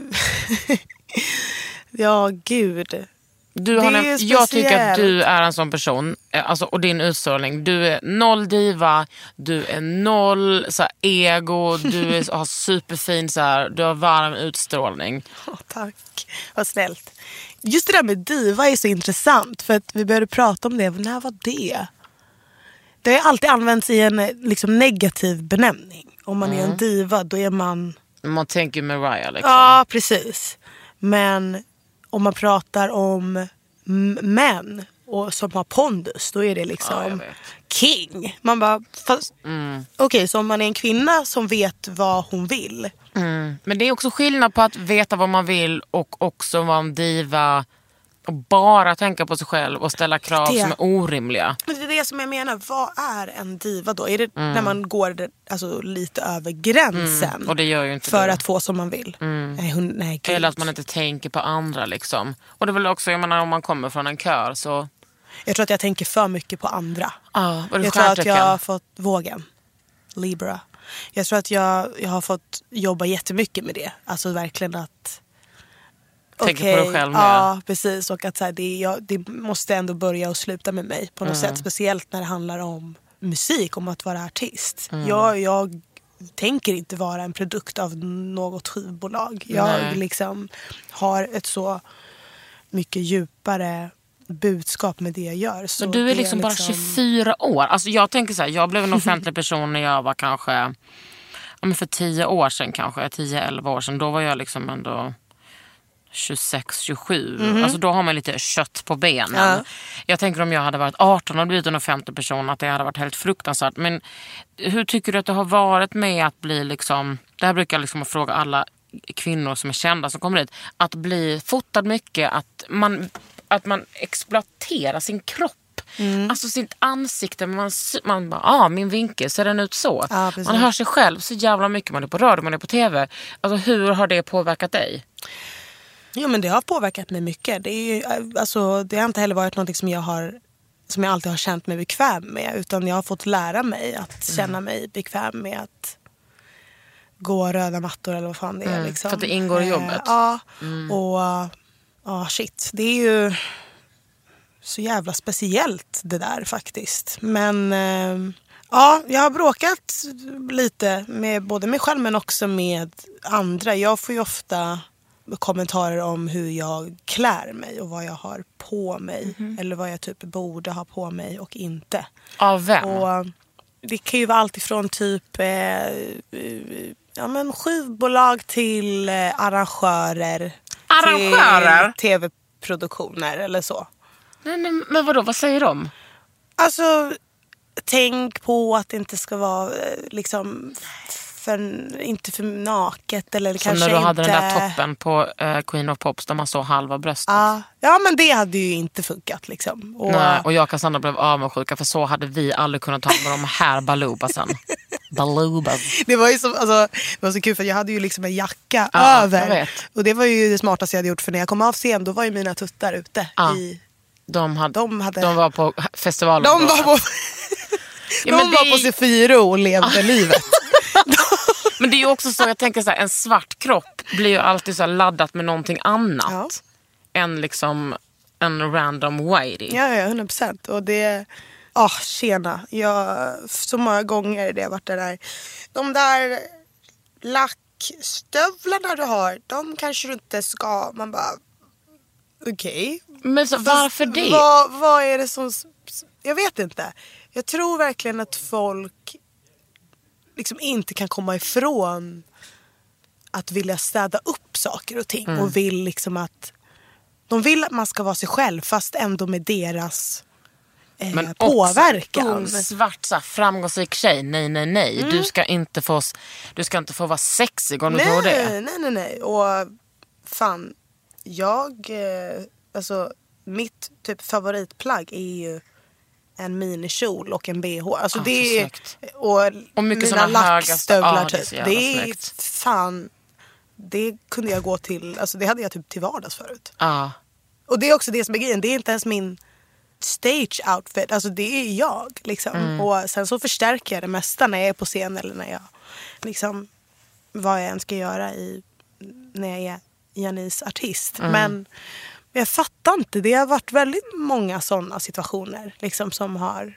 ja, gud. Du har Det är en, jag tycker att speciellt. du är en sån person, eh, alltså, och din utstrålning. Du är noll diva, du är noll så här, ego, du är, har superfin, så här, du har varm utstrålning. Åh, tack, vad snällt. Just det där med diva är så intressant. För att vi började prata om det. När var det? Det har alltid använts i en liksom, negativ benämning. Om man är en diva, då är man... Man tänker Mariah liksom. Ja, precis. Men om man pratar om m- män och som har pondus, då är det Ja, jag liksom vet. king. Man bara, fast... Mm. Okej, okay, så om man är en kvinna som vet vad hon vill. Mm. Men det är också skillnad på att veta vad man vill och också vara en diva och bara tänka på sig själv och ställa krav Det. som är orimliga. Men det är det som jag menar. Vad är en diva då? Är det när man går det, alltså, lite över gränsen? Mm. Och det gör ju inte för du. att få som man vill. Mm. Nej, hon, nej, gud. Eller att man inte tänker på andra liksom. Och det är väl också, jag menar, om man kommer från en kör så... Jag tror att jag tänker för mycket på andra. Ah, var det Jag tror att stjärntecken? jag har fått vågen. Libra. Jag tror att jag, jag har fått jobba jättemycket med det. Alltså verkligen att... Tänker okej, på dig själv med. Ja, precis. Och att så här, det, jag, det måste ändå börja och sluta med mig på något Mm. sätt. Speciellt när det handlar om musik, om att vara artist. Mm. Jag, jag tänker inte vara en produkt av något skivbolag. Jag Nej. liksom har ett så mycket djupare budskap med det jag gör. Så Men du det är liksom bara tjugofyra år. Alltså jag tänker så här, jag blev en offentlig person när jag var kanske, ja, men för tio år sedan kanske, tio elva år sedan. Då var jag liksom ändå tjugosex tjugosju. Mhm. Alltså då har man lite kött på benen. Ja. Jag tänker om jag hade varit arton och blivit en offentlig person att det hade varit helt fruktansvärt. Men hur tycker du att det har varit med att bli liksom, det här brukar jag liksom fråga alla kvinnor som är kända som kommer dit, att bli fotad mycket, att man, att man exploaterar sin kropp. Mm. Alltså sitt ansikte, man, man bara, ah, min vinkel, ser den ut så? Ja, precis. Man hör sig själv så jävla mycket, man är på radio, man är på tv. Alltså hur har det påverkat dig? Jo, men det har påverkat mig mycket. Det, är ju, alltså, det har inte heller varit något som jag har som jag alltid har känt mig bekväm med. Utan jag har fått lära mig att känna mig bekväm med att gå röda mattor eller vad fan det är. Mm, liksom. för att det ingår i Eh, jobbet. Ja, Mm. och, Ja, shit. Det är ju så jävla speciellt det där faktiskt. Men eh, ja, jag har bråkat lite med både mig själv men också med andra. Jag får ju ofta kommentarer om hur jag klär mig och vad jag har på mig. Mm-hmm. Eller vad jag typ borde ha på mig och inte. Av vem? Och det kan ju vara allt ifrån typ eh, ja, men skivbolag till eh, arrangörer. Arrangörer? Till tv-produktioner eller så. Nej, nej, men vadå, vad säger de? Alltså, tänk på att det inte ska vara liksom för, inte för naket eller som kanske när du inte... hade den där toppen på uh, Queen of Pops där man såg halva bröstet. Ja, ja, men det hade ju inte funkat liksom. Och... Nej, och jag och Cassandra blev avundsjuka för så hade vi aldrig kunnat ta med de här balubasen. Balubas. Det var ju så, alltså, det var så kul för jag hade ju liksom en jacka ja, över. Och det var ju det smartaste jag hade gjort för när jag kom av scen då var ju mina tuttar ute ja. i... De, hade, de, hade... de var på festivalen. De var på, ja, de var det... på C fyra och levde livet. Men det är ju också så, jag tänker så här, en svart kropp blir ju alltid så här laddat med någonting annat. Ja. Än liksom en random whitey. Ja, ja, hundra procent. Och det... Ja, oh, tjena. Jag, så många gånger det har varit det där. De där lackstövlarna du har, de kanske du inte ska... Man bara... Okej. Okay. Men så, varför det? Vad, vad är det som... Jag vet inte. Jag tror verkligen att folk liksom inte kan komma ifrån att vilja städa upp saker och ting. Mm. Och vill liksom att... De vill att man ska vara sig själv fast ändå med deras eh, men påverkan. Också, svart, så här, framgångsrik tjej. Nej, nej, nej. Mm. Du ska inte få, du ska inte få vara sexig om du tror det. Nej, nej, nej. Och fan... Jag, eh, alltså mitt typ favoritplagg är ju en minikjol och en B H. Alltså ah, det är, och, och mycket mina lackstövlar ah, typ. Det är, det är fan, det kunde jag gå till, alltså det hade jag typ till vardags förut. Ah. Och det är också det som är grejen, det är inte ens min stage outfit, alltså det är jag liksom. Mm. Och sen så förstärker jag det mesta när jag är på scen eller när jag liksom, vad jag än ska göra i, när jag är Janis artist. Mm. Men jag fattar inte. Det har varit väldigt många sådana situationer liksom, som har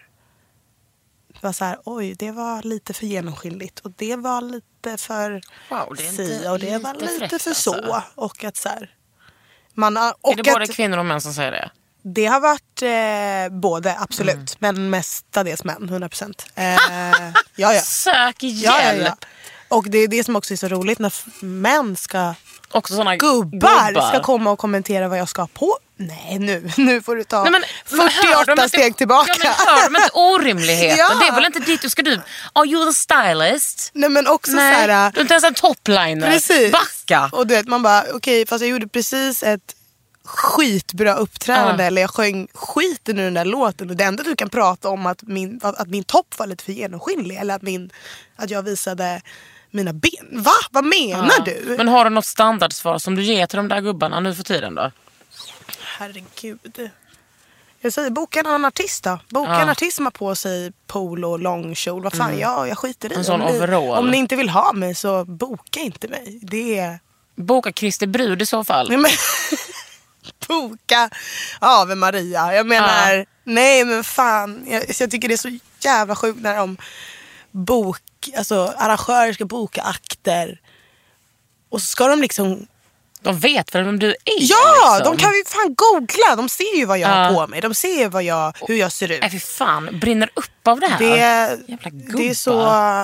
var så här, oj, det var lite för genomskinligt och det var lite för wow, det är si inte och det var lite frätt, för alltså. Så och att så här, man har, och är det både att, kvinnor och män som säger det? Det har varit eh, både, absolut. Mm. Men mestadels män, hundra procent. Eh, ja, ja. Sök hjälp. Ja, ja, ja. Och det är det som också är så roligt när män ska... Också såna gubbar, gubbar ska komma och kommentera vad jag ska på. Nej, nu, nu får du ta Nej, men, fyrtioåtta steg inte, tillbaka. Ja, men hör de inte orimligheten? Ja. Det är väl inte dit du ska du... Are you the stylist? Nej, men också Nej, så här... Du är inte ens en topliner. Precis. Backa. Och du vet, man bara, okej, okay, fast jag gjorde precis ett skitbra uppträdande. Uh. Eller jag sjöng skiten ur den där låten. Och det enda du kan prata om att min, att min topp var lite för genomskinlig. Eller att, min, att jag visade... mina ben. Va? Vad menar ja. du? Men har du något standardsvar som du ger till de där gubbarna nu för tiden då? Herregud. Jag säger, boka en annan artist då. Boka ja. en artist som har på sig polo och långkjol. Vad fan, mm. ja, jag skiter i. En sån om, overall. Ni, om ni inte vill ha mig så boka inte mig. Det är... Boka Christer Brud i så fall. Nej, men... boka Ave Maria. Jag menar, ja. nej men fan. Jag, jag tycker det är så jävla sjukt när de bok, alltså arrangörer ska boka akter och så ska de liksom... De vet vem du är. Ja, liksom. De kan ju fan googla. De ser ju vad jag uh. har på mig. De ser vad jag, hur jag ser ut. Äh, fy fan, brinner upp av det här. Det, jävla gubbar. Det är så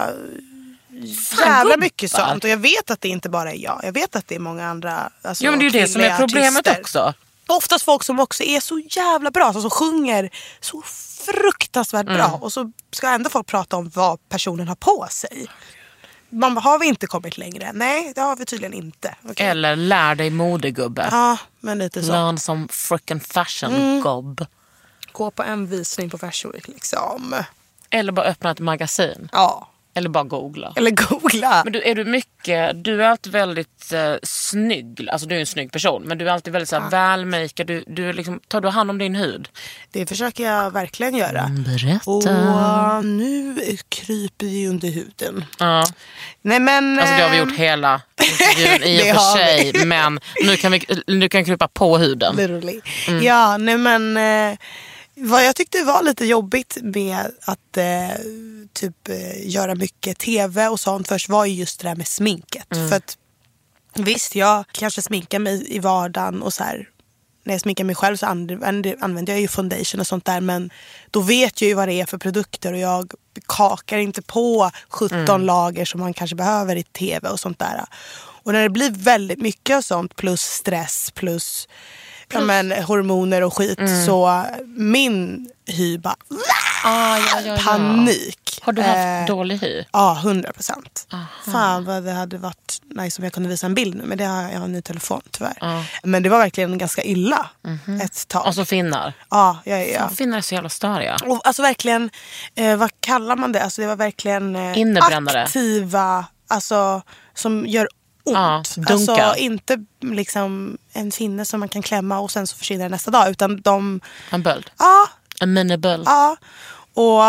jävla mycket sånt. Och jag vet att det inte bara är jag. Jag vet att det är många andra alltså, jo, men det är ju det som är problemet artister. Också. Oftast folk som också är så jävla bra. Alltså, som sjunger så fruktansvärt bra. Mm. Och så ska ändå folk prata om vad personen har på sig. Man har vi inte kommit längre? Nej, det har vi tydligen inte. Okay. Eller lär dig modegubbe. Ja, men lite så. Learn som frickin' fashion mm. gobb. Gå på en visning på Fashion Week liksom. Eller bara öppna ett magasin. Ja. Eller bara googla. Eller googla. Men du, är du mycket, du är alltid väldigt eh, snygg. Alltså du är en snygg person. Men du är alltid väldigt så här, ja. välmakad. Du, du är liksom, tar du hand om din hud? Det försöker jag verkligen göra. Mm, berätta. Och nu kryper vi under huden. Ja. Nej men... Alltså det har vi gjort hela intervjun i och för sig. Vi. Men nu kan vi nu kan krypa på huden. Literally. Mm. Ja, nej men... Eh, vad jag tyckte var lite jobbigt med att eh, typ eh, göra mycket tv och sånt först var ju just det där med sminket. Mm. För att visst, jag kanske sminkar mig i vardagen och så här, när jag sminkar mig själv så använder, använder jag ju foundation och sånt där, men då vet jag ju vad det är för produkter och jag kakar inte på sjutton mm. lager som man kanske behöver i tv och sånt där. Och när det blir väldigt mycket av sånt plus stress plus Ja, men, hormoner och skit mm. så min hy bara ah, ja, ja, ja. panik. Har du haft eh, dålig hy? Ja, hundra procent. Fan vad det hade varit nice om jag kunde visa en bild nu, men det har jag, jag har en ny telefon tyvärr. Ah. Men det var verkligen ganska illa mm-hmm. ett tag. Och så finnar? Ja, ja, ja. Fan, finnar är så jävla störiga. Och alltså verkligen, eh, vad kallar man det? Alltså det var verkligen eh, innebrännare. Aktiva, alltså som gör Ja, alltså inte liksom en finne som man kan klämma och sen så försvinner det nästa dag, utan de... En böld? Ja. En miniböld? Ja. Och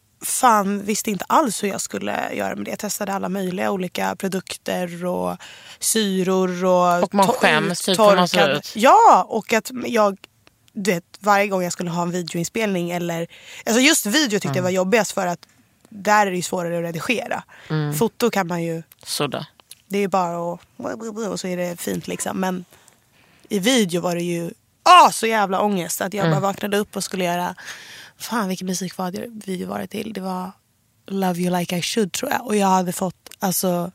fan visste inte alls hur jag skulle göra med det. Jag testade alla möjliga olika produkter och syror och... Och man skäms typ hur man ser ut. Ja, och att jag... Du vet, varje gång jag skulle ha en videoinspelning eller... Alltså just video tyckte mm. jag var jobbigast för att där är det ju svårare att redigera. Mm. Foto kan man ju... Sådär. Det är ju bara att... Och så är det fint liksom. Men i video var det ju... Ah, så jävla ångest. Att jag mm. bara vaknade upp och skulle göra... Fan, vilken musik var det video var det till? Det var Love You Like I Should, tror jag. Och jag hade fått... Alltså...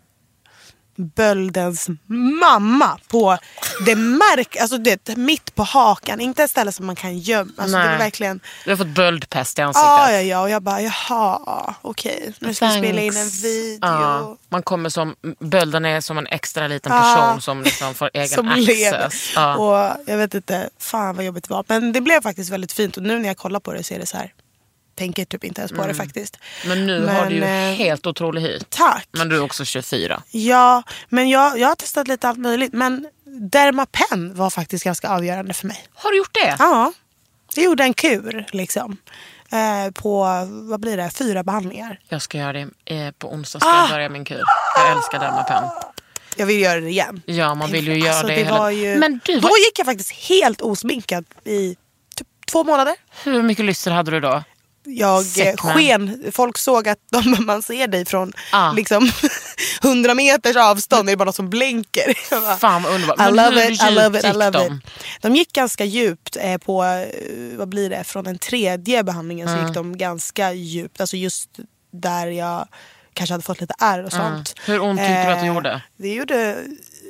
böldens mamma på det märk, alltså det mitt på hakan, inte ett ställe som man kan gömma, alltså det var verkligen, du har fått böldpest i ansiktet. Ja, ja, ja, och jag bara, jaha, okej, okay. Nu ska vi spela in en video. Ja, man kommer som, bölden är som en extra liten person ja. Som liksom får egen som access. Ja. Och jag vet inte, fan vad jobbigt det var, men det blev faktiskt väldigt fint och nu när jag kollar på det så är det så här. Tänker typ inte ens på mm. det faktiskt. Men nu men, har du ju eh, helt otrolig hy. Tack. Men du är också tjugofyra. Ja, men jag, jag har testat lite allt möjligt. Men Dermapen var faktiskt ganska avgörande för mig. Har du gjort det? Ja, jag gjorde en kur liksom. Eh, på, vad blir det, fyra behandlingar. Jag ska göra det eh, på onsdag ska ah! jag börja min kur. Jag älskar Dermapen. Jag vill göra det igen. Ja, man vill ju göra alltså, det, det hela... var ju... Men du var... Då gick jag faktiskt helt osminkad i typ två månader. Hur mycket lyster hade du då? Jag Säckman. sken, folk såg att de, man ser dig från ah. liksom hundra meters avstånd, det är bara något som blänker. Bara, fan vad underbart. I Men love hur it, I love it, I love de? it. De gick ganska djupt eh, på, eh, vad blir det, från den tredje behandlingen mm. så gick de ganska djupt, alltså just där jag kanske hade fått lite ärr och sånt. Mm. Hur ont tyckte eh, du att det gjorde? Det gjorde,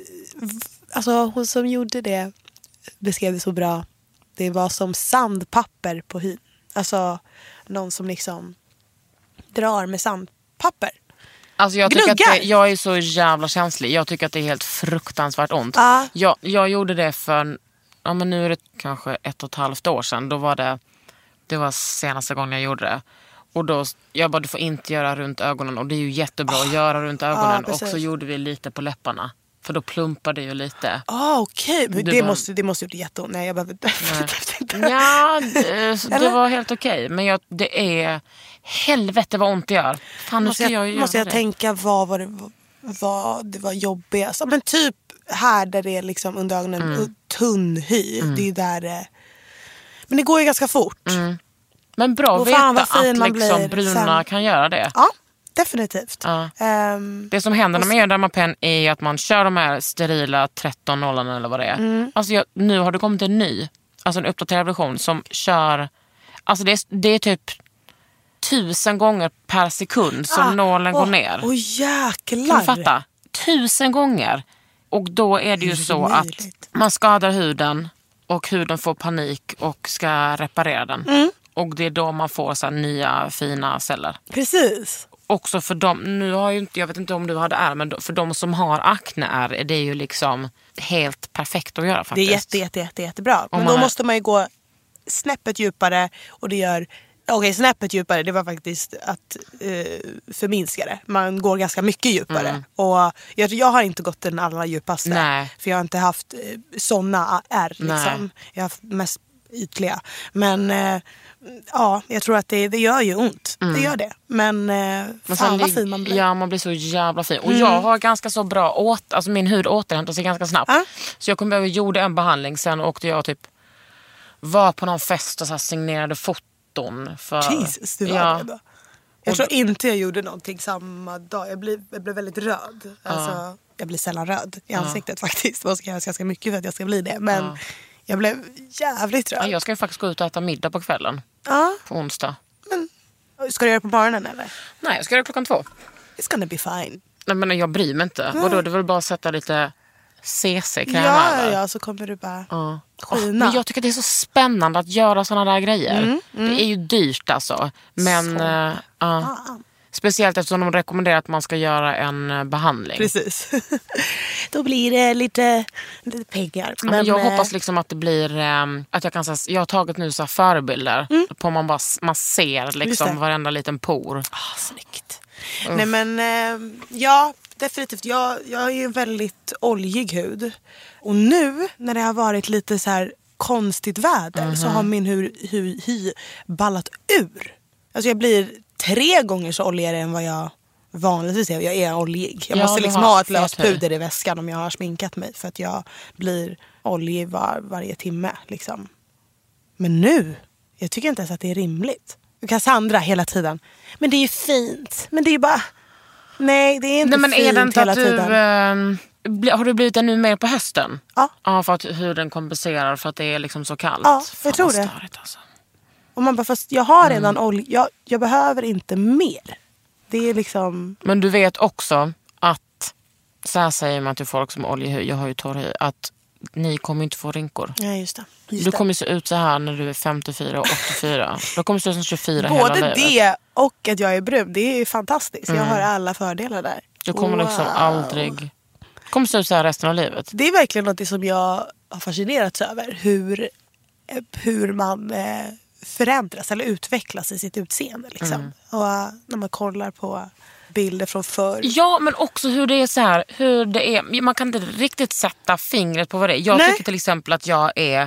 alltså hon som gjorde det beskrev det så bra. Det var som sandpapper på hyn. Alltså någon som liksom drar med sandpapper. Alltså jag, tycker att det, jag är så jävla känslig. Jag tycker att det är helt fruktansvärt ont. Ah. Jag, jag gjorde det för, ja men nu är det kanske ett och ett halvt år sedan. Då var det, det var senaste gången jag gjorde det. Och då, jag bara, du får inte göra runt ögonen. Och det är ju jättebra att göra runt ögonen. Ah, och så gjorde vi lite på läpparna. För då plumpade det ju lite. Ah, okej. Okay. Det, bara... måste, det måste gjort jätteont. Nej, jag behöver inte. Ja, det, det var helt okej. Okay. Men jag, det är... Helvete vad ont det gör. Fan, måste nu ska jag, jag, jag måste jag det. tänka vad var det, vad det var jobbigast. Men typ här där det är liksom under ögonen mm. tunn hy. Mm. Det är där det... Men det går ju ganska fort. Mm. Men bra att veta att liksom bruna sen... kan göra det. Ja. Definitivt. Ja. Um, det som händer när man gör Dermapen är att man kör de här sterila tretton nollarna eller vad det är. Mm. Alltså jag, nu har det kommit en ny, alltså en uppdaterad version som kör, alltså det är, det är typ tusen gånger per sekund som ah, nålen oh, går ner. Åh oh, jäklar. Kan du fatta? Tusen gånger. Och då är det ju så möjligt? Att man skadar huden och huden får panik och ska reparera den. Mm. Och det är då man får så här nya fina celler. Precis. Också för dem, nu har ju inte, jag vet inte om du hade ärr, men för de som har akne är det ju liksom helt perfekt att göra faktiskt. Det är jätte, jätte, jätte, jättebra. Men då är... måste man ju gå snäppet djupare och det gör Okej, okay, snäppet djupare, det var faktiskt att eh, förminska det. Man går ganska mycket djupare. Mm. Och jag, jag har inte gått den allra djupaste. Nej. För jag har inte haft eh, såna R liksom. Jag har haft mest ytliga. Men eh, ja, jag tror att det, det gör ju ont. Mm. Det gör det. Men, eh, Men fan vad fin man blir. Ja, man blir så jävla fin. Och mm. jag har ganska så bra åt, alltså min hud återhämtar sig ganska snabbt. Ah. Så jag kom över och gjorde en behandling. Sen åkte jag typ var på någon fest och så här signerade foton. För, Jesus, du var ja. det då. Jag och tror då, inte jag gjorde någonting samma dag. Jag blev, jag blev väldigt röd. Alltså, uh. Jag blir sällan röd i ansiktet uh. faktiskt. Man ska göra ganska mycket för att jag ska bli det. Men uh. jag blev jävligt röd. Ja, jag ska ju faktiskt gå ut och äta middag på kvällen. Uh. På onsdag. Men, ska du göra det på morgonen eller? Nej, jag ska göra det klockan två. It's gonna be fine. Nej, men jag bryr mig inte. Mm. Och då är det väl bara att sätta lite C C-kräm ja, över. Ja, så kommer du bara uh. skina. Oh, men jag tycker det är så spännande att göra såna där grejer. Mm, mm. Det är ju dyrt alltså. Men uh, uh, speciellt eftersom de rekommenderar att man ska göra en uh, behandling. Precis. Då blir det lite, lite pengar. Men, men jag äh... hoppas liksom att det blir um, att jag kan så, jag har tagit nu så här förebilder mm. på man bara man ser liksom varenda liten por. Ah, snyggt. Uh. Nej men uh, ja, definitivt. Jag, jag har ju en väldigt oljig hud. Och nu när det har varit lite så här konstigt väder mm-hmm. så har min hud, hud, hud ballat ur. Alltså jag blir tre gånger så oljigare än vad jag vanligtvis är. Jag är oljig. Jag ja, måste liksom ha ett löst puder i väskan om jag har sminkat mig. För att jag blir oljig var, varje timme. Liksom. Men nu, jag tycker inte ens att det är rimligt. Cassandra hela tiden. Men det är ju fint. Men det är ju bara... Nej, det är inte Nej, men fint är det inte hela att du, tiden. Uh, har du blivit ännu mer på hösten? Ja. Ja, för att huden kompenserar för att det är liksom så kallt. Ja, jag Fan, tror det. Störigt, alltså. Och man bara, fast jag har redan mm. olja. Jag, jag behöver inte mer. Det är liksom... Men du vet också att, så här säger man till folk som har oljehud, jag har ju torr hy, att ni kommer inte få rinkor. Ja, just det. Just du det. kommer se ut så här när du är femtiofyra och åttiofyra. Du kommer se ut som tjugofyra Både hela livet. Både det och att jag är brun, det är fantastiskt. Mm. Jag har alla fördelar där. Du kommer wow. liksom aldrig... Du kommer se ut så här resten av livet. Det är verkligen något som jag har fascinerats över. Hur, hur man eh, förändras eller utvecklas i sitt utseende. Liksom. Mm. Och uh, när man kollar på bilder från förr. Ja, men också hur det är så här, hur det är, man kan inte riktigt sätta fingret på vad det är. Jag Nej. tycker till exempel att jag är,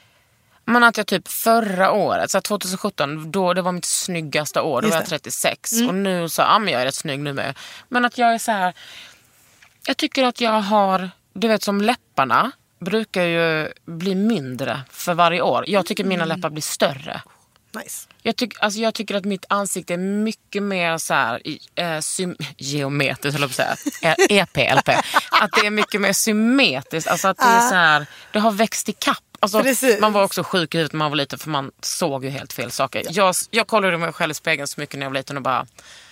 men att jag typ förra året, så tjugosjutton, då det var mitt snyggaste år, då var jag trettiosex mm. och nu så, ja men jag är rätt snygg nu med. Men att jag är så här, jag tycker att jag har, du vet som läpparna brukar ju bli mindre för varje år. Jag tycker mina mm. läppar blir större. Nice. Jag, tyck, alltså jag tycker att mitt ansikte är mycket mer så här, eh, sym- geometriskt, eller på att säga, E P L P. Att det är mycket mer symmetriskt. Alltså att det är så här, det har växt i kapp. Alltså, man var också sjuk i huvudet när man var liten för man såg ju helt fel saker. Jag, jag kollade mig själv i spegeln så mycket när jag var liten och bara,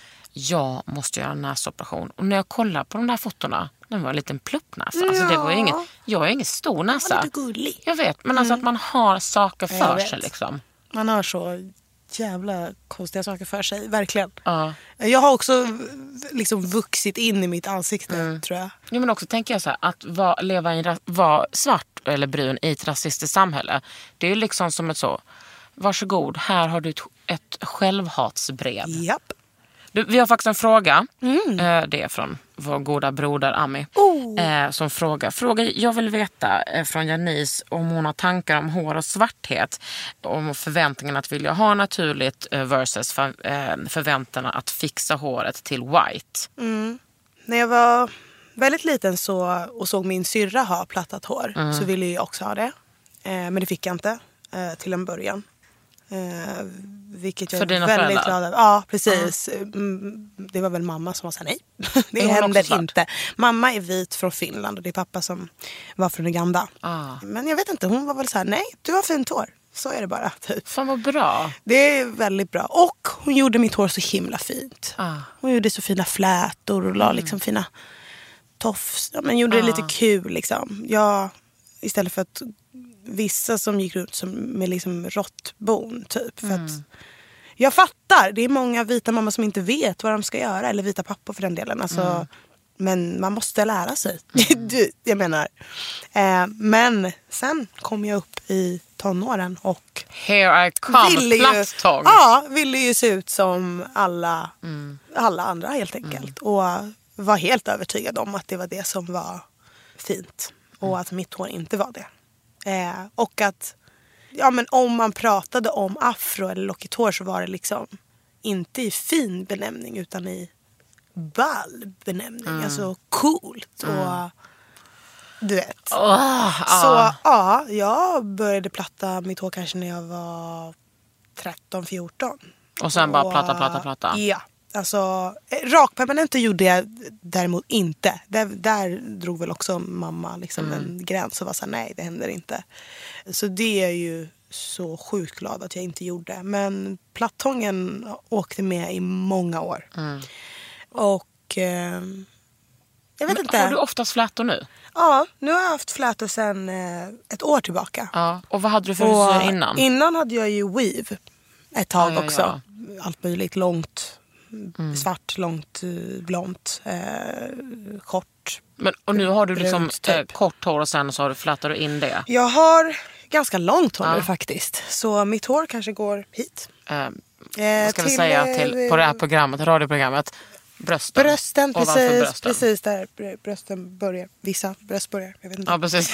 jag måste göra en näsoperation. Och när jag kollar på de där fotorna, den var en liten pluppnäsa. Alltså det var ju inget, jag är ingen stor näsa. Jag vet, men alltså mm. att man har saker för sig liksom. Man har så jävla konstiga saker för sig, verkligen. Uh. Jag har också liksom vuxit in i mitt ansikte, mm. tror jag. Jo, men också tänker jag så här, att vara, leva i en, vara svart eller brun i ett rasistiskt samhälle, det är ju liksom som ett så, varsågod, här har du ett, ett självhatsbrev. Japp. Du, vi har faktiskt en fråga. Mm. Eh, det är från vår goda broder Ami. Oh. Eh, som frågar. Fråga, jag vill veta eh, från Janice om hon har tankar om hår och svarthet. Om förväntningen att vilja ha naturligt eh, versus för, eh, förväntan att fixa håret till white. Mm. När jag var väldigt liten så, och såg min syrra ha plattat hår mm. så ville jag också ha det. Eh, men det fick jag inte eh, till en början. Eh, vilket jag för är väldigt glad över. Ja, precis. Uh-huh. Det var väl mamma som sa nej. Det händer inte. Mamma är vit från Finland och det är pappa som var från Uganda. Uh. Men jag vet inte, hon var väl så här, nej, du har fint hår. Så är det bara, typ. Fan vad bra. Det är väldigt bra. Och hon gjorde mitt hår så himla fint. Uh. Hon gjorde så fina flätor och la mm. liksom fina tofs. Men gjorde uh. det lite kul liksom. Jag, istället för att vissa som gick runt som med liksom råttbon typ. För mm. att jag fattar, det är många vita mammor som inte vet vad de ska göra. Eller vita pappor för den delen. Alltså, mm. Men man måste lära sig. Mm. Jag menar. Eh, men sen kom jag upp i tonåren och Here I come, ville ju, platttång. ja, ville ju se ut som alla, Mm. alla andra helt enkelt. Och var helt övertygad om att det var det som var fint. Och Mm. att mitt hår inte var det. Eh, och att ja, men om man pratade om afro eller lockigt hår så var det liksom inte i fin benämning utan i ball benämning. Mm. Alltså coolt och du vet. Oh, Så ja, jag började platta mitt hår kanske när jag var tretton fjorton. Och sen bara platta, platta, platta. Ja, alltså rakpermanenter gjorde jag däremot inte. Där, där drog väl också mamma liksom Mm. en gräns och var så här, nej det händer inte. Så det är jag ju så sjukt glad att jag inte gjorde. Men plattången åkte med i många år. Mm. Och eh, jag vet Men inte. har du oftast flätor nu? Ja, nu har jag haft flätor sedan eh, ett år tillbaka. Ja. Och vad hade du för Och frisyr innan? Innan hade jag ju weave ett tag Ja, ja, också. ja. Allt möjligt. Långt, Mm. svart, långt, eh, blont, eh, kort. Men, och nu har du liksom Brunt, typ. eh, kort hår och sen så har du flätar du in det. Jag har ganska långt hår Ja. nu faktiskt. Så mitt hår kanske går hit. Eh, Eh, vad ska vi till, säga eh, till, på det här programmet, radioprogrammet? Brösten. Brösten, Ovanför precis. brösten. Precis där br- brösten börjar. Vissa bröst börjar. Jag vet inte. Ja, precis.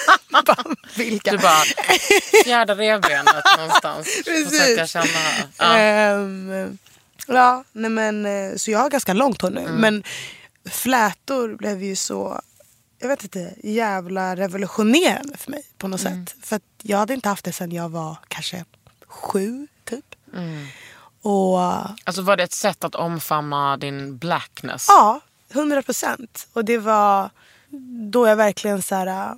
Vilka. Du bara, fjärde revbenet någonstans. Precis. Försöka känna här. Ja. Ehm, ja, nej men eh, så jag har ganska långt hår nu. Mm. Men flätor blev ju så, jag vet inte, jävla revolutionerande för mig på något Mm. sätt. För att jag hade inte haft det sedan jag var kanske sju typ. Mm. Och Alltså var det ett sätt att omfamna din blackness? ja, hundra procent. Och det var då jag verkligen så här,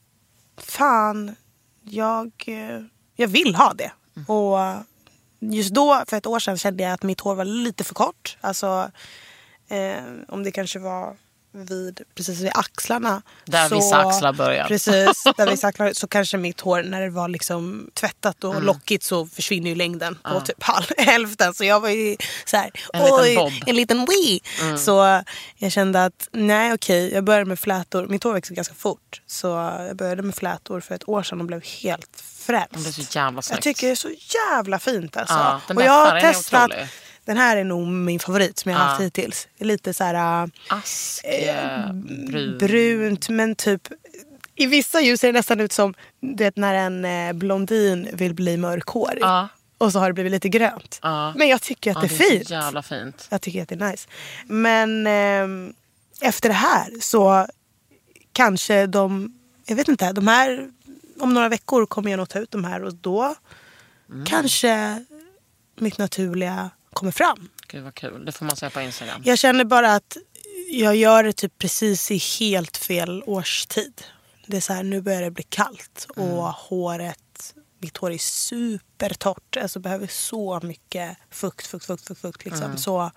fan, jag, eh, jag vill ha det. Mm. Och just då, för ett år sedan, kände jag att mitt hår var lite för kort. Alltså, eh, om det kanske var vid, precis vid axlarna. Där så, vissa axlar börjar. Precis, där vissa axlar. Så kanske mitt hår, när det var liksom tvättat och lockigt, så försvinner ju längden på Ja. typ halv, hälften. Så jag var ju så här, En liten oj, bob. en liten wee. Så jag kände att nej okej, jag började med flätor. Mitt hår växte ganska fort. Så jag började med flätor för ett år sedan och blev helt frälst. Det är så jävla snyggt. Jag tycker det är så jävla fint alltså. Ja, den och där jag har färgen är testat, otrolig. den här är nog min favorit som jag har Ja. haft hittills. Lite så här äh, Ask, eh, brun. brunt, men typ i vissa ljus ser det nästan ut som du vet, när en eh, blondin vill bli mörkhårig. Ja. Och så har det blivit lite grönt. Ja. Men jag tycker att Ja, det är fint. så jävla fint. Jag tycker att det är nice. Men eh, efter det här så kanske de, jag vet inte, de här, om några veckor kommer jag nog ta ut de här och då Mm. kanske mitt naturliga kommer fram. Gud vad kul, det får man säga på Instagram. Jag känner bara att jag gör det typ precis i helt fel årstid. Det är så här, nu börjar det bli kallt och Mm. håret, mitt hår är supertorrt. Alltså behöver så mycket fukt, fukt, fukt, fukt, fukt liksom. Mm. Så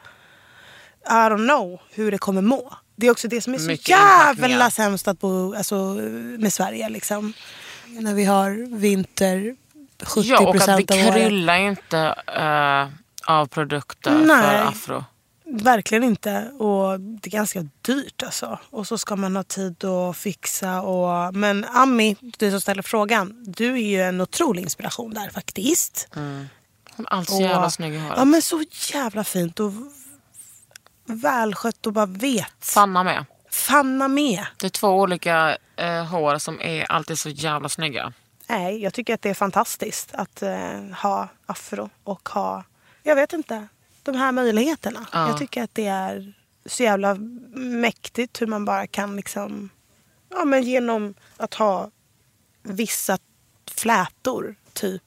I don't know hur det kommer må. Det är också det som är så Mycket jävla inpackningar. sämst att bo alltså, med Sverige liksom. När vi har vinter sjuttio Ja, och att vi procent av året. kryllar ju inte eh, av produkter Nej. för afro. Verkligen inte. Och det är ganska dyrt alltså. Och så ska man ha tid att fixa. Och... Men Ami, du som ställer frågan. Du är ju en otrolig inspiration där faktiskt. Hon är alltid så jävla Och- snygg i håret. Ja men så jävla fint. Och välskött och bara vet. Fanna med. Fanna med. Det är två olika eh, hår som är alltid så jävla snygga. Nej, jag tycker att det är fantastiskt att eh, ha afro och ha, jag vet inte, de här möjligheterna. Ja. Jag tycker att det är så jävla mäktigt hur man bara kan liksom, ja men genom att ha vissa flätor typ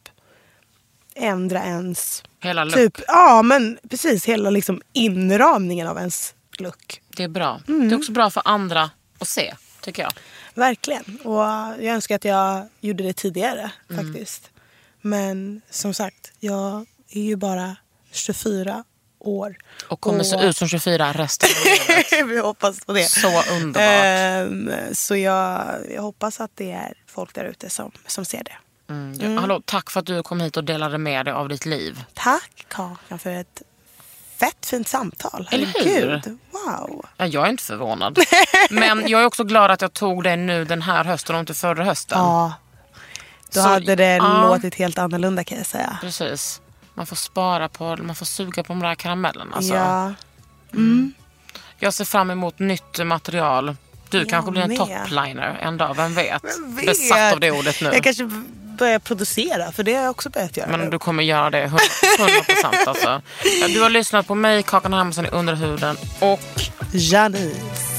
ändra ens Hela look. typ, ja men precis hela liksom inramningen av ens look. Det är bra. Mm. Det är också bra för andra att se, tycker jag. Verkligen. Och jag önskar att jag gjorde det tidigare faktiskt. Men som sagt, jag är ju bara tjugofyra år. Och kommer se ut som tjugofyra resten av livet. Vi hoppas på det. Så underbart. Ehm, så jag, jag hoppas att det är folk där ute som, som ser det. Mm. Ja, hallå, tack för att du kom hit och delade med dig av ditt liv. Tack Kakan för ett fett fint samtal. Eller hur? Herregud. Wow. Ja, jag är inte förvånad. Men jag är också glad att jag tog det nu den här hösten och inte förra hösten. Ja. Då Så, hade det ja. låtit helt annorlunda, kan jag säga. Precis. Man får spara på, man får suga på de där karamellerna. Alltså. Ja. Mm. Jag ser fram emot nytt material. Du Jag kanske blir en med. topliner en dag, vem vet? Vem vet? Besatt av det ordet nu. Jag kanske börjar producera, för det har jag också börjat göra. Men du kommer göra det hundra procent alltså. Du har lyssnat på mig, Kakan Hermansson i Underhuden och Janice.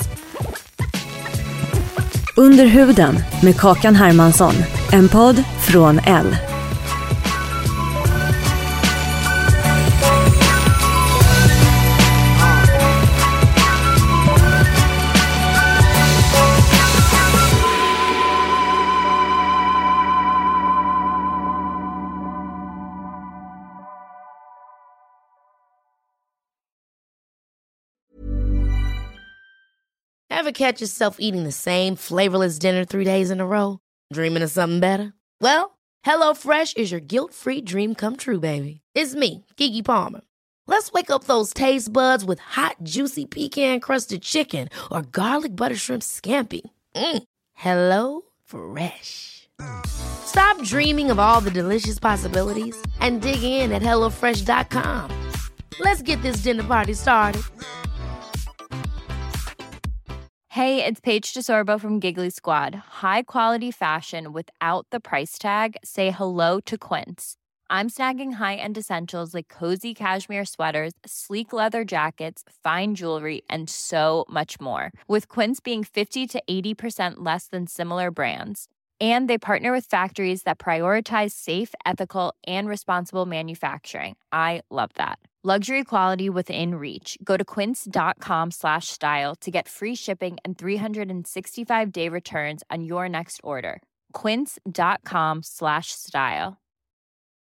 Underhuden med Kakan Hermansson. En podd från Elle. Ever catch yourself eating the same flavorless dinner three days in a row? Dreaming of something better? Well, HelloFresh is your guilt-free dream come true, baby. It's me, Keke Palmer. Let's wake up those taste buds with hot, juicy pecan-crusted chicken or garlic butter shrimp scampi. Mm. Hello Fresh. Stop dreaming of all the delicious possibilities and dig in at hello fresh dot com. Let's get this dinner party started. Hey, it's Paige DeSorbo from Giggly Squad. High quality fashion without the price tag. Say hello to Quince. I'm snagging high-end essentials like cozy cashmere sweaters, sleek leather jackets, fine jewelry, and so much more. With Quince being fifty to eighty percent less than similar brands. And they partner with factories that prioritize safe, ethical, and responsible manufacturing. I love that. Luxury quality within reach. Go to quince.com slash style to get free shipping and three sixty-five day returns on your next order. Quince.com slash style.